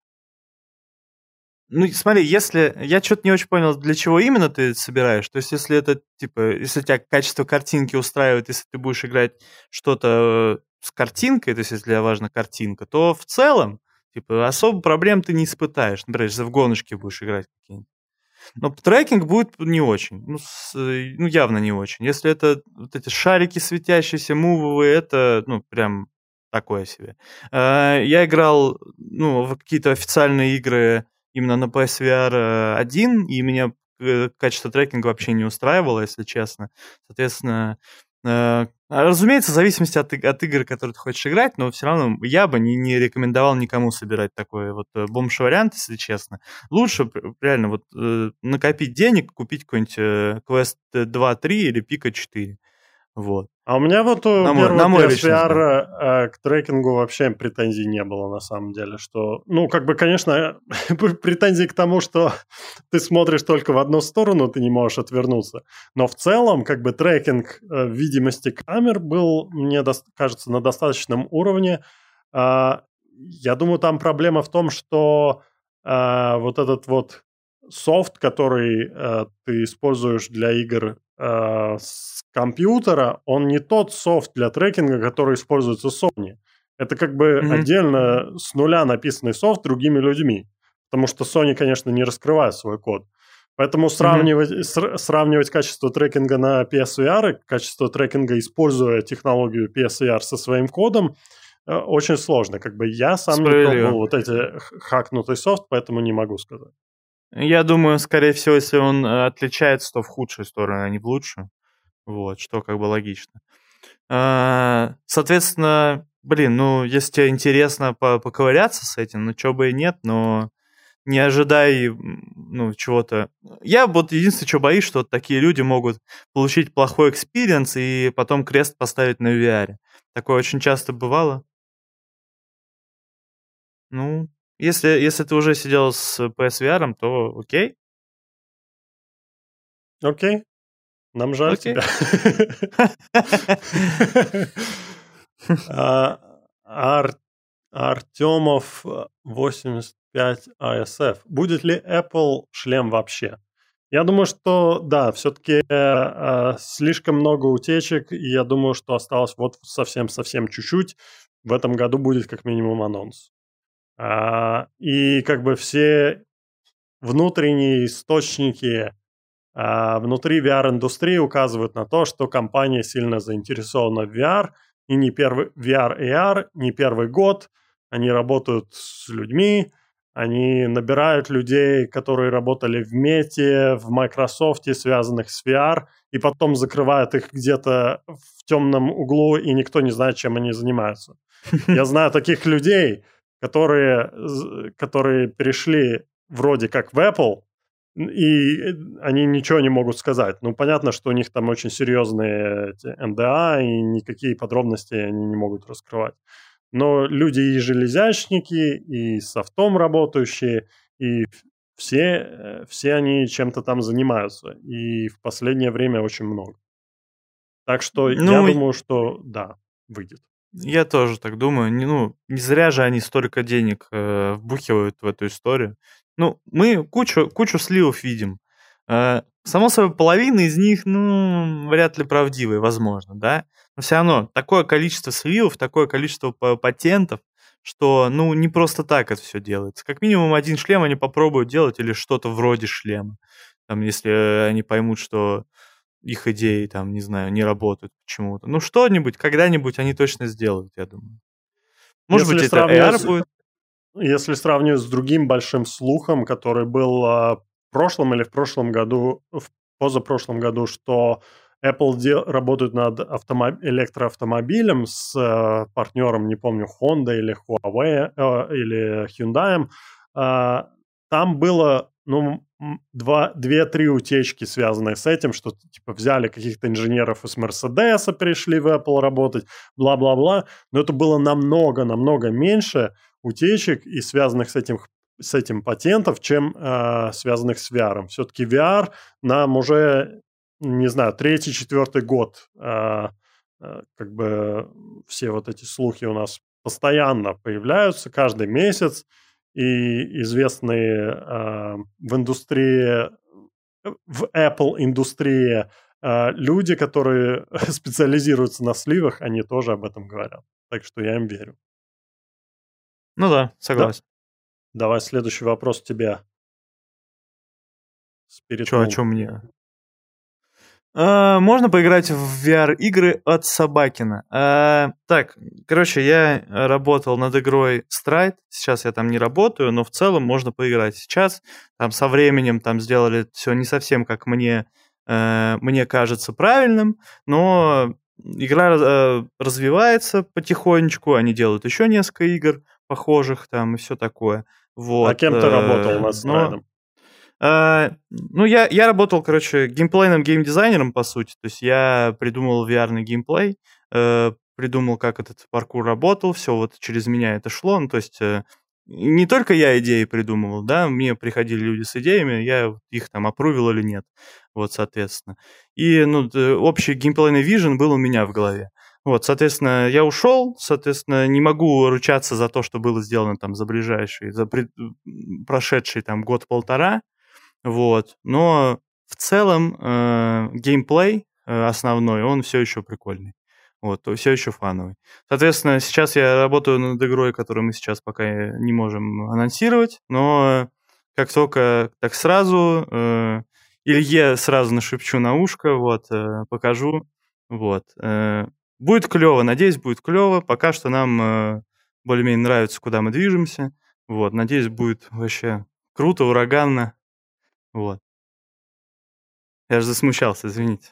ну, смотри, если... Я что-то не очень понял, для чего именно ты это собираешь. То есть, если это, типа, если тебя качество картинки устраивает, если ты будешь играть что-то с картинкой, то есть, если тебе важна картинка, то в целом, типа, особо проблем ты не испытаешь. Например, если в гоночке будешь играть какие-нибудь. Но трекинг будет не очень. Ну, с, э, ну, явно не очень. Если это вот эти шарики светящиеся, мувовые, это, ну, прям такое себе. Э, Я играл, ну, в какие-то официальные игры именно на пи эс ви ар один, и меня э, качество трекинга вообще не устраивало, если честно. Соответственно, э, разумеется, в зависимости от, иг- от игр, которые ты хочешь играть, но все равно я бы не, не рекомендовал никому собирать такой вот э, бомж-вариант, если честно. Лучше п- реально вот э, накопить денег, купить какой-нибудь э, Quest два три или Pico четыре. Вот. А у меня вот у На мой, первого на мой личный пи эс ви ар взгляд. э, к трекингу вообще претензий не было на самом деле. Что, ну, как бы, конечно, претензии к тому, что ты смотришь только в одну сторону, ты не можешь отвернуться. Но в целом, как бы, трекинг э, видимости камер был, мне дос- кажется, на достаточном уровне. А, я думаю, там проблема в том, что а, вот этот вот софт, который э, ты используешь для игр э, с компьютера, он не тот софт для трекинга, который используется Sony. Это как бы Мгм. отдельно с нуля написанный софт другими людьми. Потому что Sony, конечно, не раскрывает свой код. Поэтому Мгм. сравнивать, ср- сравнивать качество трекинга на пи эс ви ар и качество трекинга, используя технологию пи эс ви ар со своим кодом, э, очень сложно. Как бы я сам не пробовал Справедливо. вот эти х- хакнутый софт, поэтому не могу сказать. Я думаю, скорее всего, если он э, отличается, то в худшую сторону, а не в лучшую. Вот, что как бы логично. А, Соответственно, блин, ну, если тебе интересно по- поковыряться с этим, ну, чё бы и нет, но не ожидай, м, ну, чего-то. Я вот единственное, что боюсь, что вот такие люди могут получить плохой экспириенс и потом крест поставить на ви ар. Такое очень часто бывало. Ну, если, если ты уже сидел с пи эс ви ар, то окей, Окей, нам жаль окей. тебя. А, Ар- Артемов э, восемьдесят пять эй эс эф. Будет ли Apple шлем вообще? Я думаю, что да, все-таки слишком много утечек, и я думаю, что осталось вот совсем-совсем чуть-чуть. В этом году будет как минимум анонс. А, и как бы все внутренние источники а, внутри ви ар-индустрии указывают на то, что компания сильно заинтересована в ви ар, и не первый ви ар и эй ар, не первый год. Они работают с людьми, они набирают людей, которые работали в Мете, в Microsoft, связанных с ви ар, и потом закрывают их где-то в темном углу, и никто не знает, чем они занимаются. Я знаю таких людей, которые, которые перешли вроде как в Apple, и они ничего не могут сказать. Ну, понятно, что у них там очень серьезные эти эн дэ а, и никакие подробности они не могут раскрывать. Но люди и железячники, и софтом работающие, и все, все они чем-то там занимаются. И в последнее время очень много. Так что Ну, я думаю, что да, выйдет. Я тоже так думаю. Не, ну, не зря же они столько денег э, вбухивают в эту историю. Ну, мы кучу, кучу сливов видим. Э, само собой, половина из них, ну, вряд ли правдивые, возможно, да? Но все равно, такое количество сливов, такое количество п- патентов, что, ну, не просто так это все делается. Как минимум один шлем они попробуют делать или что-то вроде шлема. Там, если они поймут, что их идеи, там, не знаю, не работают почему-то. Ну, что-нибудь, когда-нибудь они точно сделают, я думаю. Может Если быть, это эй ар сравнивать, будет. если сравнивать с другим большим слухом, который был а, в прошлом или в прошлом году, в позапрошлом году, что Apple де- работает над автомо- электроавтомобилем с а, партнером, не помню, Honda или Huawei э, или Hyundai, а, там было, ну, м, два, две-три утечки, связанные с этим, что типа взяли каких-то инженеров из Мерседеса, перешли в Apple работать, бла-бла-бла, но это было намного-намного меньше утечек и связанных с этим, с этим патентов, чем э, связанных с ви ар. Все-таки ви ар нам уже, не знаю, третий, четвертый год, э, э, как бы все вот эти слухи у нас постоянно появляются, каждый месяц, и известные э, в индустрии, в Apple индустрии э, люди, которые специализируются на сливах, они тоже об этом говорят. Так что я им верю. Ну да, Да, согласен. давай следующий вопрос тебе. Spirit Че, о Moon. чем мне? А, можно поиграть в ви ар-игры от Собакина. А, так, короче, я работал над игрой Stride. Сейчас я там не работаю, но в целом можно поиграть сейчас. Там со временем там сделали все не совсем как мне, э, мне кажется правильным, но игра э, развивается потихонечку. Они делают еще несколько игр похожих там и все такое. А Вот. кем ты работал э, над но Страйдом? а, ну, я, я работал, короче, геймплейным геймдизайнером, по сути. То есть я придумал ви ар-ный геймплей, э, придумал, как этот паркур работал, все вот через меня это шло. Ну, то есть э, не только я идеи придумывал, да, мне приходили люди с идеями, я их там опрувил или нет, вот, соответственно. И, ну, т- общий геймплейный вижен был у меня в голове. Вот, соответственно, я ушел, соответственно, не могу ручаться за то, что было сделано там за ближайший, за пред- прошедший там год-полтора, вот. Но в целом э, геймплей э, основной, он все еще прикольный. Вот, все еще фановый. Соответственно, сейчас я работаю над игрой, которую мы сейчас пока не можем анонсировать, но как только так сразу э, Илье сразу нашепчу на ушко, вот, э, покажу. Вот. Э, будет клево, надеюсь, будет клево. Пока что нам э, более-менее нравится, куда мы движемся. Вот, надеюсь, будет вообще круто, ураганно. Вот. Я же засмущался, извините.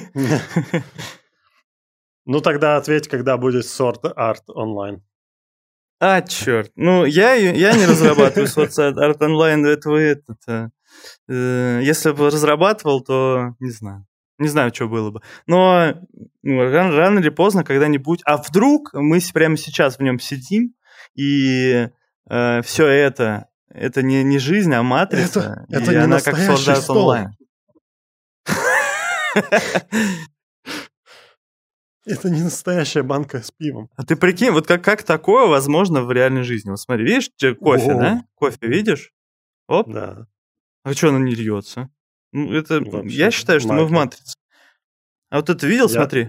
Ну, тогда ответь, когда будет Sword Art Online. А, черт. Ну, я, я не разрабатываю Sword Art Online, до этого этот. Э, если бы разрабатывал, то не знаю. Не знаю, что было бы. Но ну, рано, рано или поздно, когда-нибудь... А вдруг мы прямо сейчас в нем сидим, и э, все это, это не, не жизнь, а матрица, Это, и это не она как Sword настоящий Art стол. Online. Это не настоящая банка с пивом. А ты прикинь, вот как, как такое возможно в реальной жизни? Вот смотри, видишь кофе, О, да? Кофе видишь? Оп. да, А что оно не льется? Ну, это, я вообще считаю, что мы в магия. матрице. А вот это видел, Я... смотри.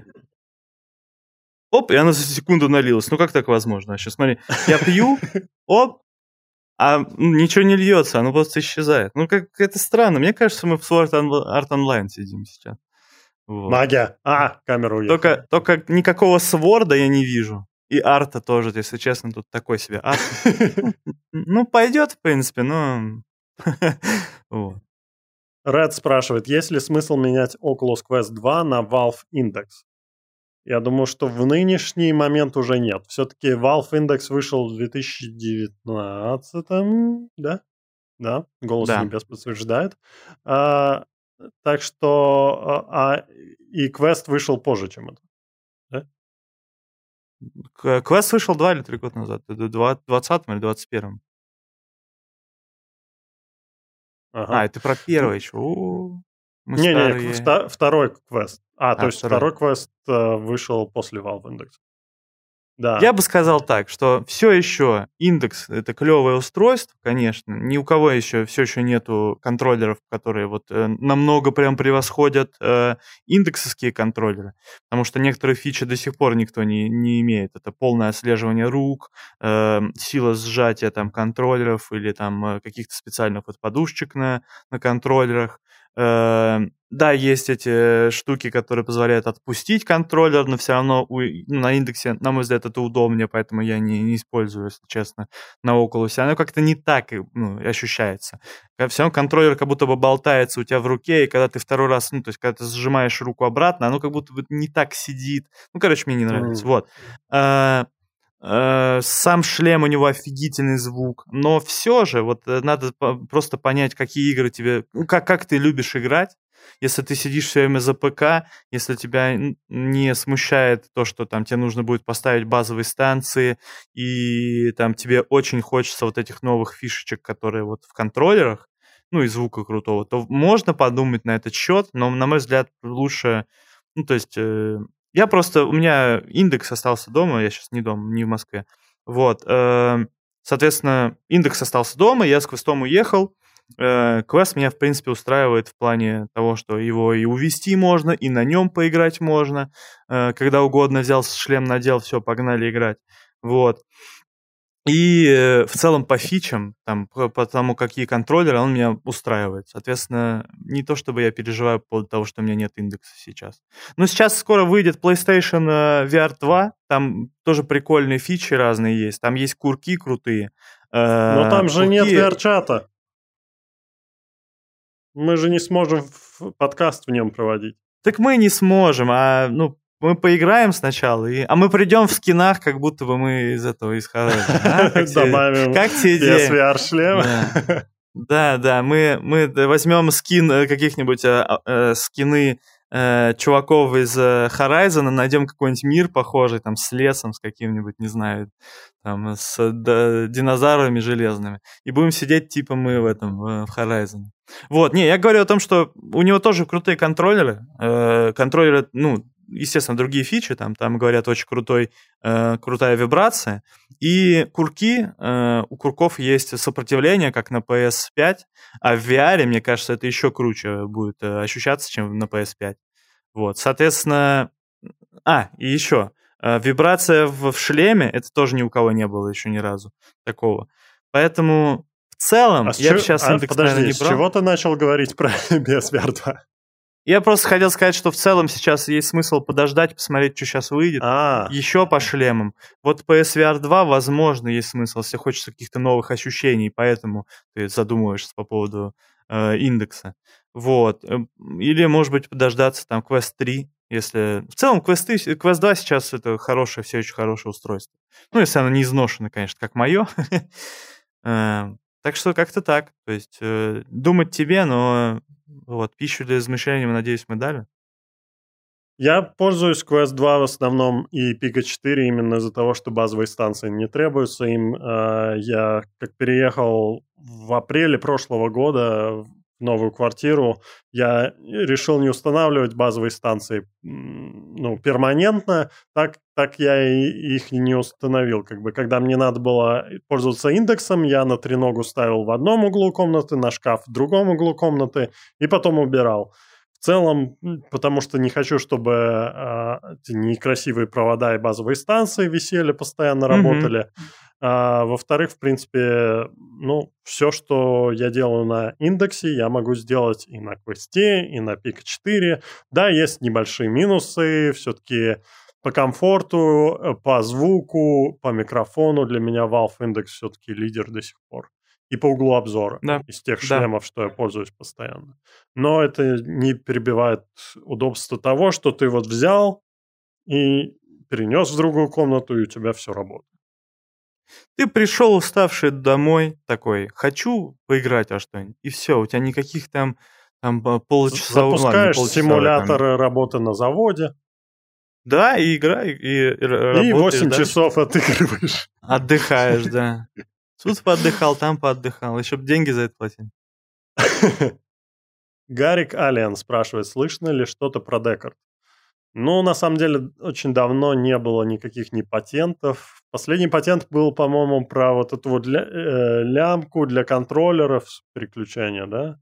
Оп, и оно за секунду налилось. Ну как так возможно вообще? Смотри, я пью, оп, а ничего не льется, оно просто исчезает. Ну, как это странно. Мне кажется, мы в Sword Art Online сидим сейчас. Вот. Магия. А, камера уехала. Только, только никакого сворда я не вижу. И арта тоже, если честно, тут такой себе арт. Ну, пойдет, в принципе, но... Ред спрашивает, есть ли смысл менять Oculus Quest два на Valve Index? Я думаю, что в нынешний момент уже нет. Все-таки Valve Index вышел в две тысячи девятнадцатом, да? Да, голос да. небес подтверждает. А, так что... А, и Quest вышел позже, чем это. Да? Quest вышел два или три года назад. В двадцатом или двадцать первом. Ага. А, это про первый еще. Не-не, вто- второй квест. А, а то есть второй, второй квест э, вышел после Valve Index. Да. Я бы сказал так, что все еще индекс — это клевое устройство, конечно. Ни у кого еще все еще нету контроллеров, которые вот э, намного прям превосходят э, индексовские контроллеры, потому что некоторые фичи до сих пор никто не, не имеет. Это полное отслеживание рук, э, сила сжатия там контроллеров или там э, каких-то специальных вот подушечек на, на контроллерах. Э, да, есть эти штуки, которые позволяют отпустить контроллер, но все равно у, ну, на индексе, на мой взгляд, это удобнее, поэтому я не, не использую, если честно, на Oculus. Оно как-то не так ну, ощущается. Все равно контроллер как будто бы болтается у тебя в руке, и когда ты второй раз, ну, то есть, когда ты сжимаешь руку обратно, оно как будто бы не так сидит. Ну, короче, мне не нравится. Mm. Вот. А, сам шлем, у него офигительный звук, но все же вот надо просто понять, какие игры тебе, ну, как, как ты любишь играть. Если ты сидишь все время за ПК, если тебя не смущает то, что там тебе нужно будет поставить базовые станции, и там тебе очень хочется вот этих новых фишечек, которые вот в контроллерах, ну и звука крутого, то можно подумать на этот счет, но, на мой взгляд, лучше, ну то есть... Я просто, у меня индекс остался дома, я сейчас не дома, не в Москве. Вот, соответственно, индекс остался дома, я с квестом уехал. Квест меня, в принципе, устраивает в плане того, что его и увести можно, и на нем поиграть можно. Когда угодно взял шлем, надел, все, погнали играть. Вот. И э, в целом по фичам, там, по, по тому, какие контроллеры, он меня устраивает. Соответственно, не то чтобы я переживаю по поводу того, что у меня нет индекса сейчас. Но сейчас скоро выйдет PlayStation ви ар два, там тоже прикольные фичи разные есть. Там есть курки крутые. Э, Но там же курки... нет ви ар-чата. Мы же не сможем подкаст в нем проводить. Так мы не сможем, а ну... Мы поиграем сначала, и... а мы придем в скинах, как будто бы мы из этого, из Horizon. Добавим без ви ар-шлема. Да, да, мы, мы возьмем скин каких-нибудь а, а, скины а, чуваков из Horizon, найдем какой-нибудь мир похожий, там, с лесом, с каким-нибудь, не знаю, там, с да, динозаврами железными, и будем сидеть, типа, мы в этом, в Horizon. Вот, не, я говорю о том, что у него тоже крутые контроллеры, э, контроллеры, ну, естественно, другие фичи, там, там говорят, очень крутой, э, крутая вибрация. И курки, э, у курков есть сопротивление, как на пи эс пять, а в ви ар, мне кажется, это еще круче будет э, ощущаться, чем на пи эс пять. Вот, соответственно... А, и еще, э, вибрация в, в шлеме, это тоже ни у кого не было еще ни разу такого. Поэтому в целом, а я бы чё... сейчас а, индекс, подожди, наверное, не брал. С чего ты начал говорить про пи эс ви ар два? Я просто хотел сказать, что в целом сейчас есть смысл подождать, посмотреть, что сейчас выйдет. А. Еще по шлемам. Вот пи эс ви ар два, возможно, есть смысл, если хочется каких-то новых ощущений, поэтому ты задумываешься по поводу э, индекса. Вот. Или, может быть, подождаться там Quest три, если... В целом, Quest, Quest два сейчас это хорошее, все очень хорошее устройство. Ну, если оно не изношено, конечно, как мое. Так что как-то так. То есть думать тебе, но... Вот, пищу для размышления, надеюсь, мы дали. Я пользуюсь Quest два в основном и Pico четыре именно из-за того, что базовые станции не требуются им. Я как переехал в апреле прошлого года в новую квартиру, я решил не устанавливать базовые станции ну, перманентно, так, так я и их не установил. Как бы, когда мне надо было пользоваться индексом, я на треногу ставил в одном углу комнаты, на шкаф в другом углу комнаты и потом убирал. В целом, потому что не хочу, чтобы э, эти некрасивые провода и базовые станции висели, постоянно работали. Mm-hmm. А, во-вторых, в принципе, ну, все, что я делаю на индексе, я могу сделать и на квесте, и на пика четыре. Да, есть небольшие минусы, все-таки по комфорту, э, по звуку, по микрофону для меня Valve Index все-таки лидер до сих пор. И по углу обзора Да, из тех да. шлемов, что я пользуюсь постоянно. Но это не перебивает удобство того, что ты вот взял и перенес в другую комнату, и у тебя все работает. Ты пришел уставший домой, такой, хочу поиграть во что-нибудь, и все, у тебя никаких там, там по- получасового, ладно, не Запускаешь полчасовой, там, симулятор работы на заводе да, и играй, и р- и работаешь восемь дальше, часов отыгрываешь. отдыхаешь, да. Тут поотдыхал, там поотдыхал, еще бы деньги за это платили. Гарик Алиан спрашивает, слышно ли что-то про Декард? Ну, на самом деле, очень давно не было никаких ни патентов. Последний патент был, по-моему, про вот эту вот ля- э, лямку для контроллеров с переключения, да?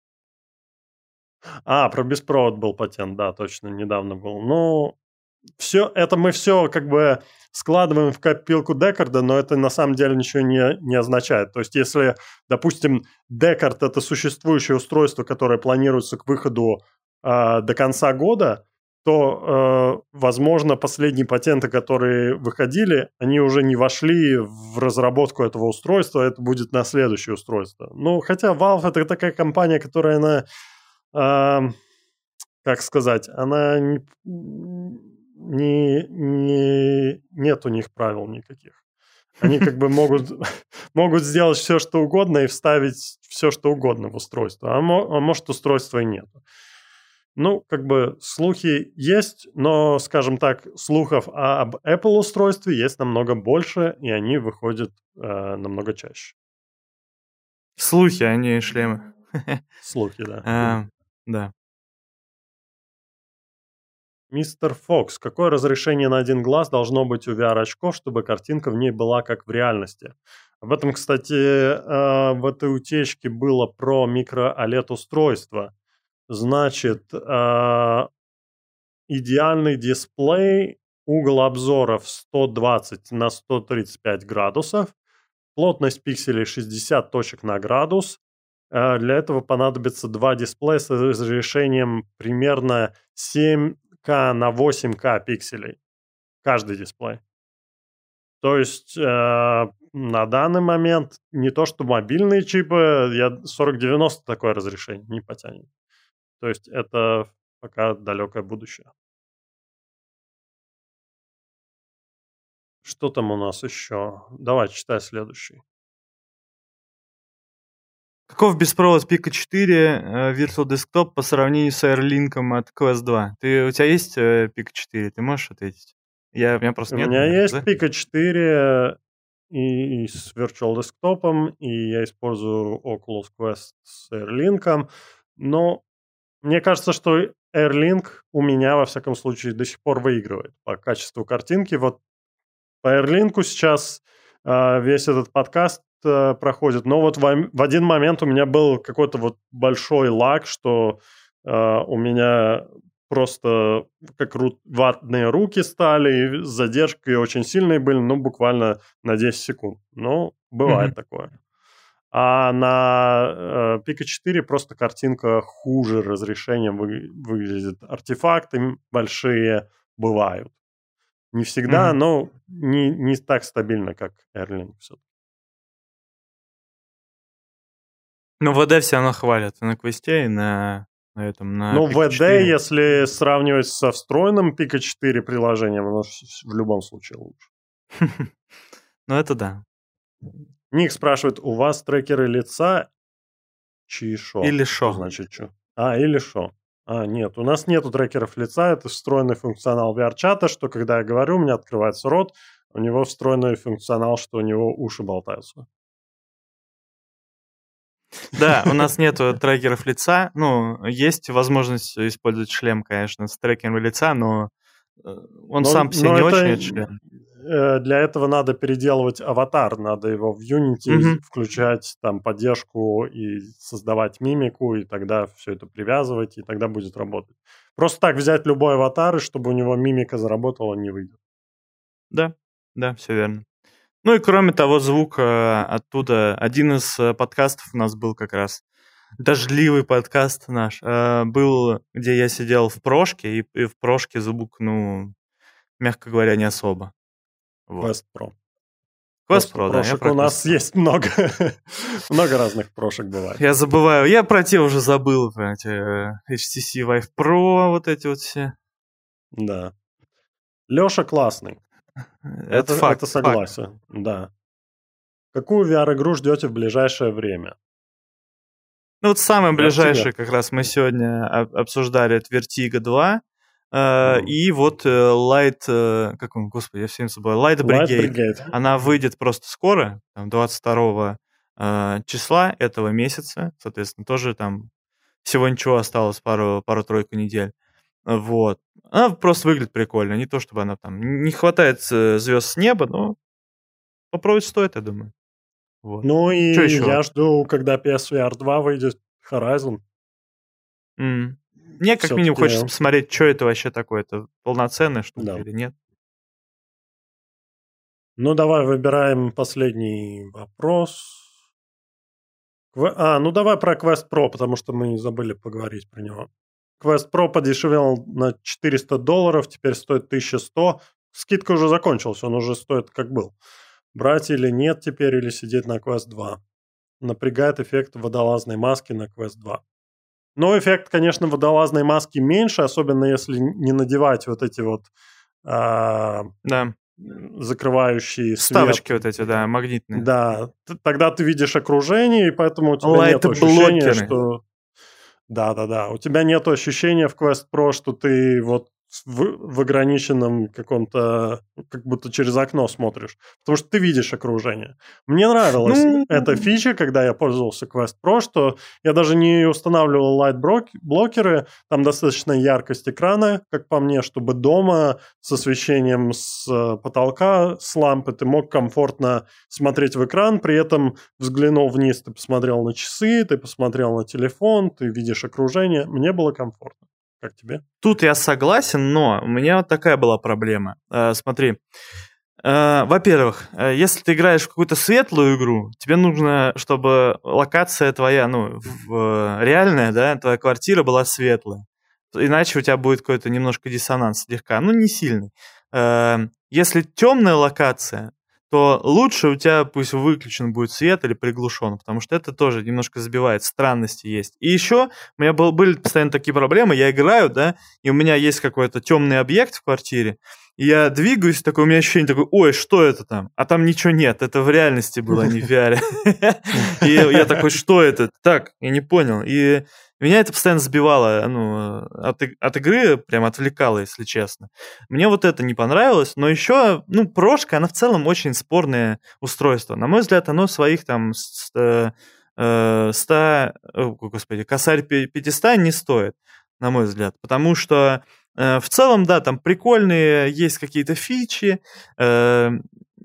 А, про беспровод был патент, да, точно, недавно был. Ну, все это мы все как бы складываем в копилку Декарда, но это на самом деле ничего не, не означает. То есть, если, допустим, Декард — это существующее устройство, которое планируется к выходу э, до конца года, то, э, возможно, последние патенты, которые выходили, они уже не вошли в разработку этого устройства, это будет на следующее устройство. Ну, хотя Valve — это такая компания, которая, она, э, как сказать, она не, не, не, нет у них правил никаких. Они как бы могут, могут сделать все, что угодно и вставить все, что угодно в устройство. А, мо, а может, устройства и нет. Ну, как бы слухи есть, но, скажем так, слухов об Apple устройстве есть намного больше, и они выходят э, намного чаще. Слухи, а не шлемы. Слухи, да. А, да. Мистер Фокс, какое разрешение на один глаз должно быть у ви ар-очков, чтобы картинка в ней была как в реальности? Об этом, кстати, э, в этой утечке было про микро-о лед-устройство. Значит, э, идеальный дисплей, угол обзора в сто двадцать на сто тридцать пять градусов, плотность пикселей шестьдесят точек на градус. Э, Для этого понадобится два дисплея с разрешением примерно семь ка на восемь ка пикселей. Каждый дисплей. То есть э, на данный момент не то, что мобильные чипы, я сорок девяносто такое разрешение не потянет. То есть это пока далекое будущее. Что там у нас еще? Давай, читай следующий. Каков беспровод Пика четыре э, Virtual Desktop по сравнению с Airlink от Quest два? Ты, у тебя есть э, Пика четыре? Ты можешь ответить? Я, у меня просто У нет, меня наверное, есть да? Pika четыре и, и с Virtual Desktop, и я использую Oculus Quest с AirLink, но мне кажется, что AirLink у меня, во всяком случае, до сих пор выигрывает по качеству картинки. Вот по AirLink сейчас э, весь этот подкаст э, проходит, но вот в, в один момент у меня был какой-то вот большой лаг, что э, у меня просто как ру- ватные руки стали, и с задержкой очень сильные были, ну, буквально на десять секунд. Ну, бывает Мгм. такое. А на э, Пика четыре просто картинка хуже разрешением вы- выглядит. Артефакты большие бывают. Не всегда, Мгм. но не, не так стабильно, как Erlang всё-таки. Ну, вэ дэ все равно хвалят и на Квесте, и на, на этом, на Но Пика ви ди, четыре. если сравнивать со встроенным Пика четыре приложением, оно в в любом случае лучше. Ну, это да. Ник спрашивает, у вас трекеры лица чи шо? Или Что шо. значит что? А, или шо? А, нет, у нас нету трекеров лица, это встроенный функционал ви ар-чата, что когда я говорю, у меня открывается рот, у него встроенный функционал, что у него уши болтаются. Да, у нас нету трекеров лица. Ну, есть возможность использовать шлем, конечно, с трекером лица, но э, он Но, сам по себе но не это очень, этот шлем. э, для этого надо переделывать аватар, надо его в Unity Мгм. включать, там поддержку и создавать мимику, и тогда все это привязывать, и тогда будет работать. Просто так взять любой аватар, и чтобы у него мимика заработала, не выйдет. Да, да, все верно. Ну и кроме того, звук э, оттуда, один из э, подкастов у нас был как раз, дождливый подкаст наш, э, был, где я сидел в прошке, и, и в прошке звук, ну, мягко говоря, не особо. Вот. Quest Pro. Quest Просто Pro, да, я прошек про у нас Quest Pro. есть много. Много разных прошек бывает. Я забываю, я про те уже забыл, про эти э, эйч ти си Vive Pro, вот эти вот все. Да. Леша классный. Это, Это, факт. это согласен, факт. да. Какую ви ар-игру ждете в ближайшее время? Ну вот самое Vertigo. ближайшее, как раз мы сегодня обсуждали, это Vertigo два, э, mm. и вот э, Light, э, как он, господи, я всем забыл, Light Brigade. Light Brigade. Она выйдет просто скоро, там, двадцать второго э, числа этого месяца, соответственно, тоже там всего ничего осталось, пару, пару-тройку недель. Вот. Она просто выглядит прикольно, не то чтобы она там, не хватает звезд с неба, но попробовать стоит, я думаю. Вот. Ну и я жду, когда пи эс ви ар два выйдет, Horizon. Mm. Мне как минимум хочется посмотреть, что это вообще такое. Это полноценная штука да. или нет? Ну, давай выбираем последний вопрос. А, ну давай про Quest Pro, потому что мы забыли поговорить про него. Quest Pro подешевел на четыреста долларов, теперь стоит тысяча сто. Скидка уже закончилась, он уже стоит как был. Брать или нет теперь, или сидеть на Quest два. Напрягает эффект водолазной маски на Quest два. Но эффект, конечно, водолазной маски меньше, особенно если не надевать вот эти вот а, да. закрывающие вставочки свет. вот эти, да, магнитные. Да, тогда ты видишь окружение, и поэтому у тебя нет ощущения, что... Да-да-да, у тебя нет ощущения в Quest Pro, что ты вот в, в ограниченном каком-то, как будто через окно смотришь, потому что ты видишь окружение. Мне нравилась ну... эта фича, когда я пользовался Quest Pro, что я даже не устанавливал лайт-блокеры, там достаточно яркость экрана, как по мне, чтобы дома с освещением с потолка, с лампы ты мог комфортно смотреть в экран, при этом взглянув вниз, ты посмотрел на часы, ты посмотрел на телефон, ты видишь окружение, мне было комфортно. Как тебе? Тут я согласен, но у меня вот такая была проблема. Э, смотри, э, во-первых, э, если ты играешь в какую-то светлую игру, тебе нужно, чтобы локация твоя, ну, в, э, реальная, да, твоя квартира была светлая. Иначе у тебя будет какой-то немножко диссонанс слегка, ну, не сильный. Э, если темная локация, то лучше у тебя пусть выключен будет свет или приглушен, потому что это тоже немножко сбивает, странности есть. И еще у меня был, были постоянно такие проблемы, я играю, да, и у меня есть какой-то темный объект в квартире, и я двигаюсь, такое у меня ощущение, такое, ой, что это там? А там ничего нет, это в реальности было, а не в ви ар. И я такой, что это? Так, я не понял. И меня это постоянно сбивало, ну, от, от игры, прям отвлекало, если честно. Мне вот это не понравилось, но еще, ну, прошка, она в целом очень спорное устройство. На мой взгляд, оно своих там ста, ста, о, господи, косарь пятьсот не стоит, на мой взгляд, потому что в целом, да, там прикольные есть какие-то фичи, там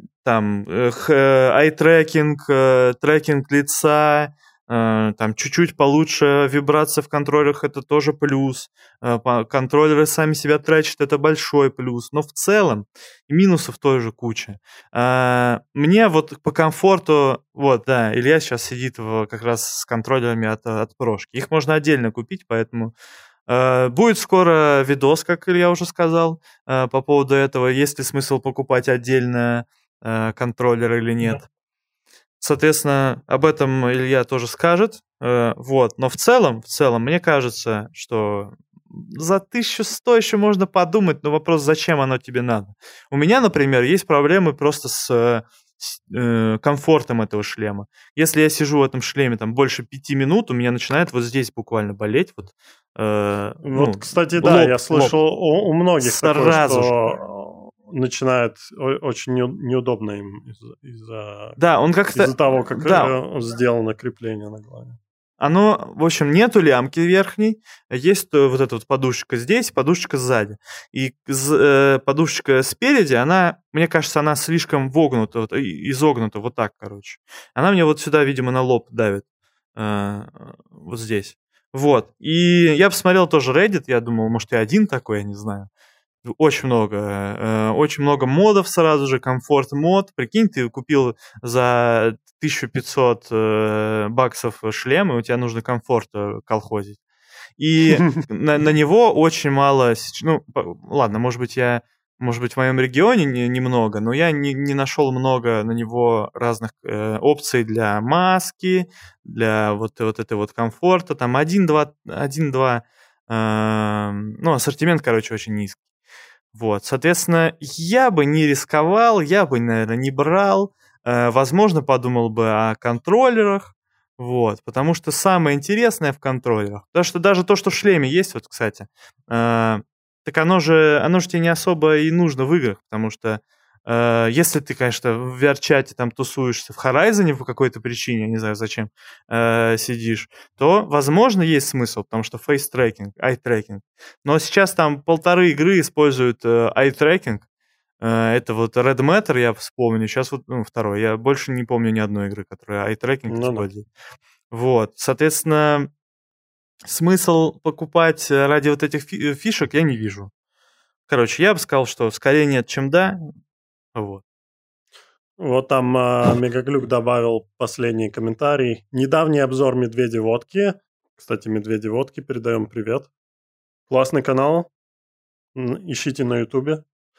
ай-трекинг, трекинг лица, там чуть-чуть получше вибрация в контроллерах, это тоже плюс. Контроллеры сами себя тречат, это большой плюс. Но в целом минусов тоже куча. Мне вот по комфорту, вот, да, Илья сейчас сидит в, как раз с контроллерами от, от прошки. Их можно отдельно купить, поэтому будет скоро видос, как Илья уже сказал, по поводу этого, есть ли смысл покупать отдельно контроллер или нет. Да. Соответственно, об этом Илья тоже скажет. Вот. Но в целом, в целом, мне кажется, что за тысячу сто еще можно подумать, но вопрос, зачем оно тебе надо. У меня, например, есть проблемы просто с, с э, комфортом этого шлема. Если я сижу в этом шлеме там больше пяти минут, у меня начинает вот здесь буквально болеть. Вот, э, вот ну, кстати, да, лоб, я слышал у, у многих сразу такое, что... же. начинает очень неудобно им из-за, из-за, да, он как-то... из-за того, как да. сделано крепление на голове. Оно, в общем, нету лямки верхней, есть вот эта вот подушечка здесь, подушечка сзади. И э, подушечка спереди, она, мне кажется, она слишком вогнута, вот, изогнута, вот так, короче. Она мне вот сюда, видимо, на лоб давит, э, вот здесь. Вот. И я посмотрел тоже Reddit, я думал, может, я один такой, я не знаю. Очень много. э, Очень много модов сразу же, комфорт-мод. Прикинь, ты купил за тысячу пятьсот э, баксов шлем, и у тебя нужно комфорт э, колхозить. И на, на него очень мало... сеч- Ну, по- ладно, может быть, я... Может быть, в моем регионе не- немного, но я не, не нашел много на него разных э, опций для маски, для вот, вот этой вот комфорта. Там один-два... Один-два... э, ну, ассортимент, короче, очень низкий. Вот, соответственно, я бы не рисковал, я бы, наверное, не брал. Э, возможно, подумал бы о контроллерах. Вот, потому что самое интересное в контроллерах, потому что даже то, что в шлеме есть, вот, кстати, э, так оно же, оно же тебе не особо и нужно в играх, потому что э, если ты, конечно, в ви ар-чате там тусуешься в Horizon по какой-то причине, я не знаю зачем, э, сидишь, то, возможно, есть смысл, потому что face-tracking, eye-tracking. Но сейчас там полторы игры используют э, eye-tracking. Э, это вот Red Matter, я вспомню. Сейчас вот ну, второй. Я больше не помню ни одной игры, которая eye-tracking Ну да. использует. Вот. Соответственно, смысл покупать э, ради вот этих фи- э, фишек я не вижу. Короче, я бы сказал, что скорее нет, чем да. Вот. Вот там а, Мегаглюк добавил последний комментарий. Недавний обзор «Медведи водки». Кстати, «Медведи водки» передаем привет. Классный канал. М, Ищите на ютубе.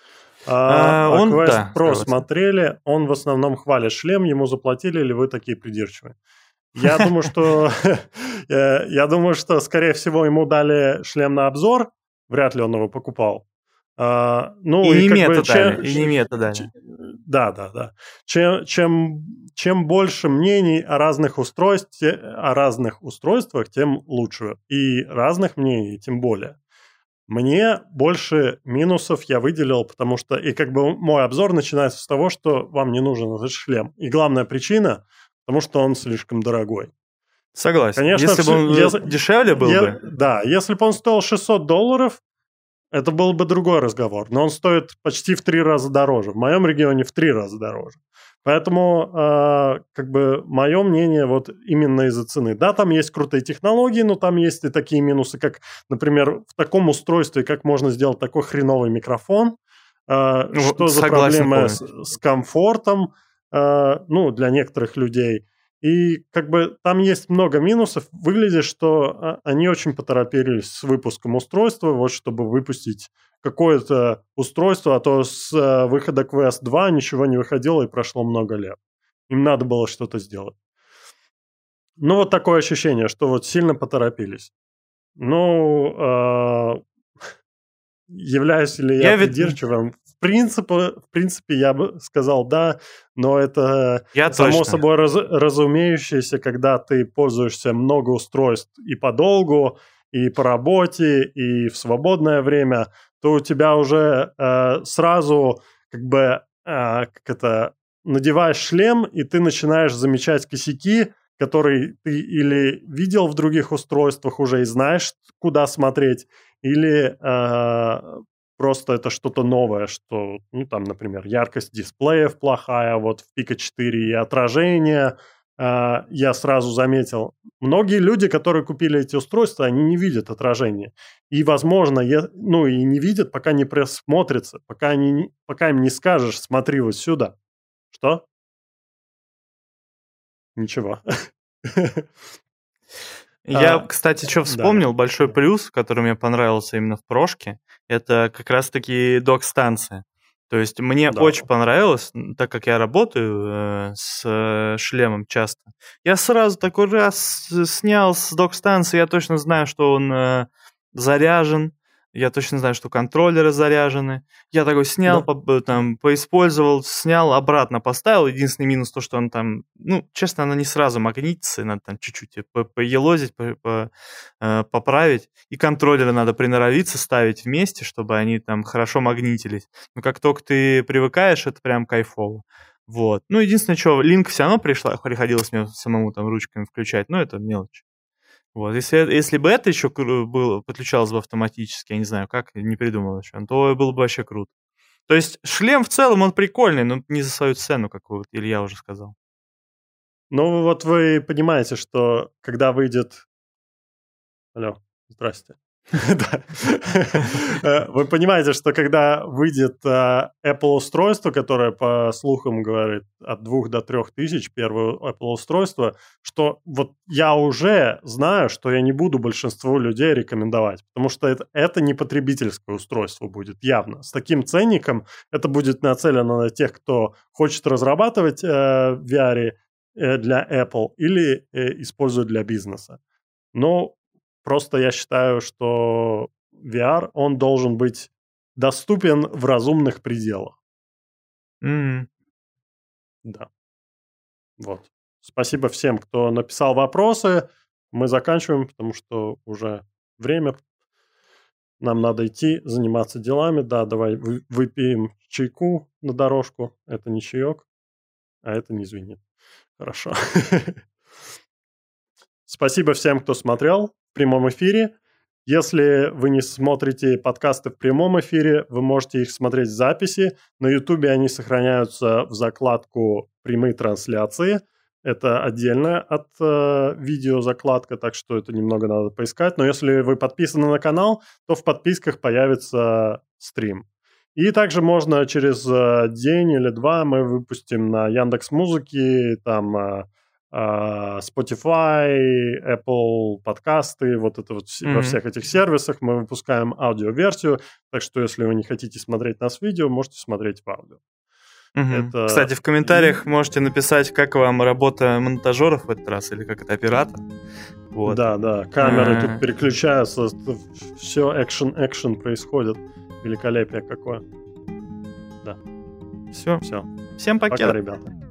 А, А, а он, Quest да, Pro согласен. смотрели. Он в основном хвалит шлем. Ему заплатили или вы такие придирчивые? Я думаю, что э, я думаю, что, скорее всего, ему дали шлем на обзор. Вряд ли он его покупал. А, ну И и не как бы мета чем, дали, и не мета ч- дали. да, да, да. Чем, чем, чем больше мнений о разных устройстве, о разных устройствах, тем лучше. И разных мнений, тем более. Мне больше минусов я выделил, потому что и как бы мой обзор начинается с того, что вам не нужен этот шлем. И главная причина, потому что он слишком дорогой. Согласен. Конечно, Если бы все, он э, если, дешевле был е- бы, да, если бы он стоил шестьсот долларов, это был бы другой разговор. Но он стоит почти в три раза дороже. В моем регионе в три раза дороже. Поэтому, э, как бы, мое мнение вот именно из-за цены. Да, там есть крутые технологии, но там есть и такие минусы, как, например, в таком устройстве, как можно сделать такой хреновый микрофон, э, ну, что за согласен проблемы с, полностью. с комфортом, э, ну, для некоторых людей. И как бы там есть много минусов. Выглядит, что а, они очень поторопились с выпуском устройства, вот чтобы выпустить какое-то устройство, а то с э, выхода Quest два ничего не выходило и прошло много лет. Им надо было что-то сделать. Ну, вот такое ощущение, что вот сильно поторопились. Ну, э, являюсь ли я Я ведь... придирчивым? В принципе, в принципе, я бы сказал да, но это Я само точно. собой раз, разумеющееся, когда ты пользуешься много устройств и подолгу, и по работе, и в свободное время, то у тебя уже э, сразу как бы э, как это надеваешь шлем, и ты начинаешь замечать косяки, которые ты или видел в других устройствах уже и знаешь, куда смотреть, или э, просто это что-то новое, что, ну, там, например, яркость дисплеев плохая, вот в Пика четыре и отражение. Э, я сразу заметил, многие люди, которые купили эти устройства, они не видят отражение. И, возможно, я, ну, и не видят, пока не просмотрится, пока, они, не- пока им не скажешь, смотри вот сюда. Что? Ничего. Я, А, кстати, что да. вспомнил, большой плюс, который мне понравился именно в прошке, это как раз-таки док-станция. То есть мне Да. очень понравилось, м, так как я работаю э, с э, шлемом часто. Я сразу такой раз с- снял с док-станции, я точно знаю, что он э, заряжен, я точно знаю, что контроллеры заряжены. Я такой снял, Да. по- б- там, поиспользовал, снял, обратно поставил. Единственный минус то, что он там, ну, честно, она не сразу магнитится, и надо там чуть-чуть по- поелозить, по- по- э, поправить. И контроллеры надо приноровиться, ставить вместе, чтобы они там хорошо магнитились. Но как только ты привыкаешь, это прям кайфово. Вот. Ну, единственное, что, линк все равно пришла, приходилось мне самому там ручками включать, но это мелочь. Вот, если, э- если бы это еще было, подключалось бы автоматически, я не знаю как, не придумал еще, то было бы вообще круто. То есть шлем в целом, он прикольный, но не за свою цену, как вот Илья уже сказал. Ну, вот вы понимаете, что когда выйдет... Алло, здрасте. Вы понимаете, что когда выйдет Apple-устройство, которое, по слухам, говорит, от двух до трех тысяч, первое Apple-устройство, что вот я уже знаю, что я не буду большинству людей рекомендовать, потому что это, это не потребительское устройство будет, явно. С таким ценником это будет нацелено на тех, кто хочет разрабатывать э, ви ар э, для Apple или э, использует для бизнеса. Но просто я считаю, что ви ар, он должен быть доступен в разумных пределах. Mm-hmm. Да. Вот. Спасибо всем, кто написал вопросы. Мы заканчиваем, потому что уже время. Нам надо идти, заниматься делами. Да, давай выпьем чайку на дорожку. Это не чаек, а это не звенит. Хорошо. Спасибо всем, кто смотрел в прямом эфире. Если вы не смотрите подкасты в прямом эфире, вы можете их смотреть в записи. На Ютубе они сохраняются в закладку «Прямые трансляции». Это отдельно от э, видео закладка, так что это немного надо поискать. Но если вы подписаны на канал, то в подписках появится стрим. И также можно через э, день или два мы выпустим на Яндекс.Музыке, там... Э, Spotify, Apple подкасты, вот это вот mm-hmm. во всех этих сервисах мы выпускаем аудиоверсию, так что если вы не хотите смотреть нас в видео, можете смотреть в аудио. Mm-hmm. Это... Кстати, в комментариях можете написать, как вам работа монтажеров в этот раз, или как это оператор. Вот. Да, да, камеры mm-hmm. тут переключаются, все экшен-экшен происходит, великолепие какое. Да. Все. Все. Всем пока. Пока, ребята.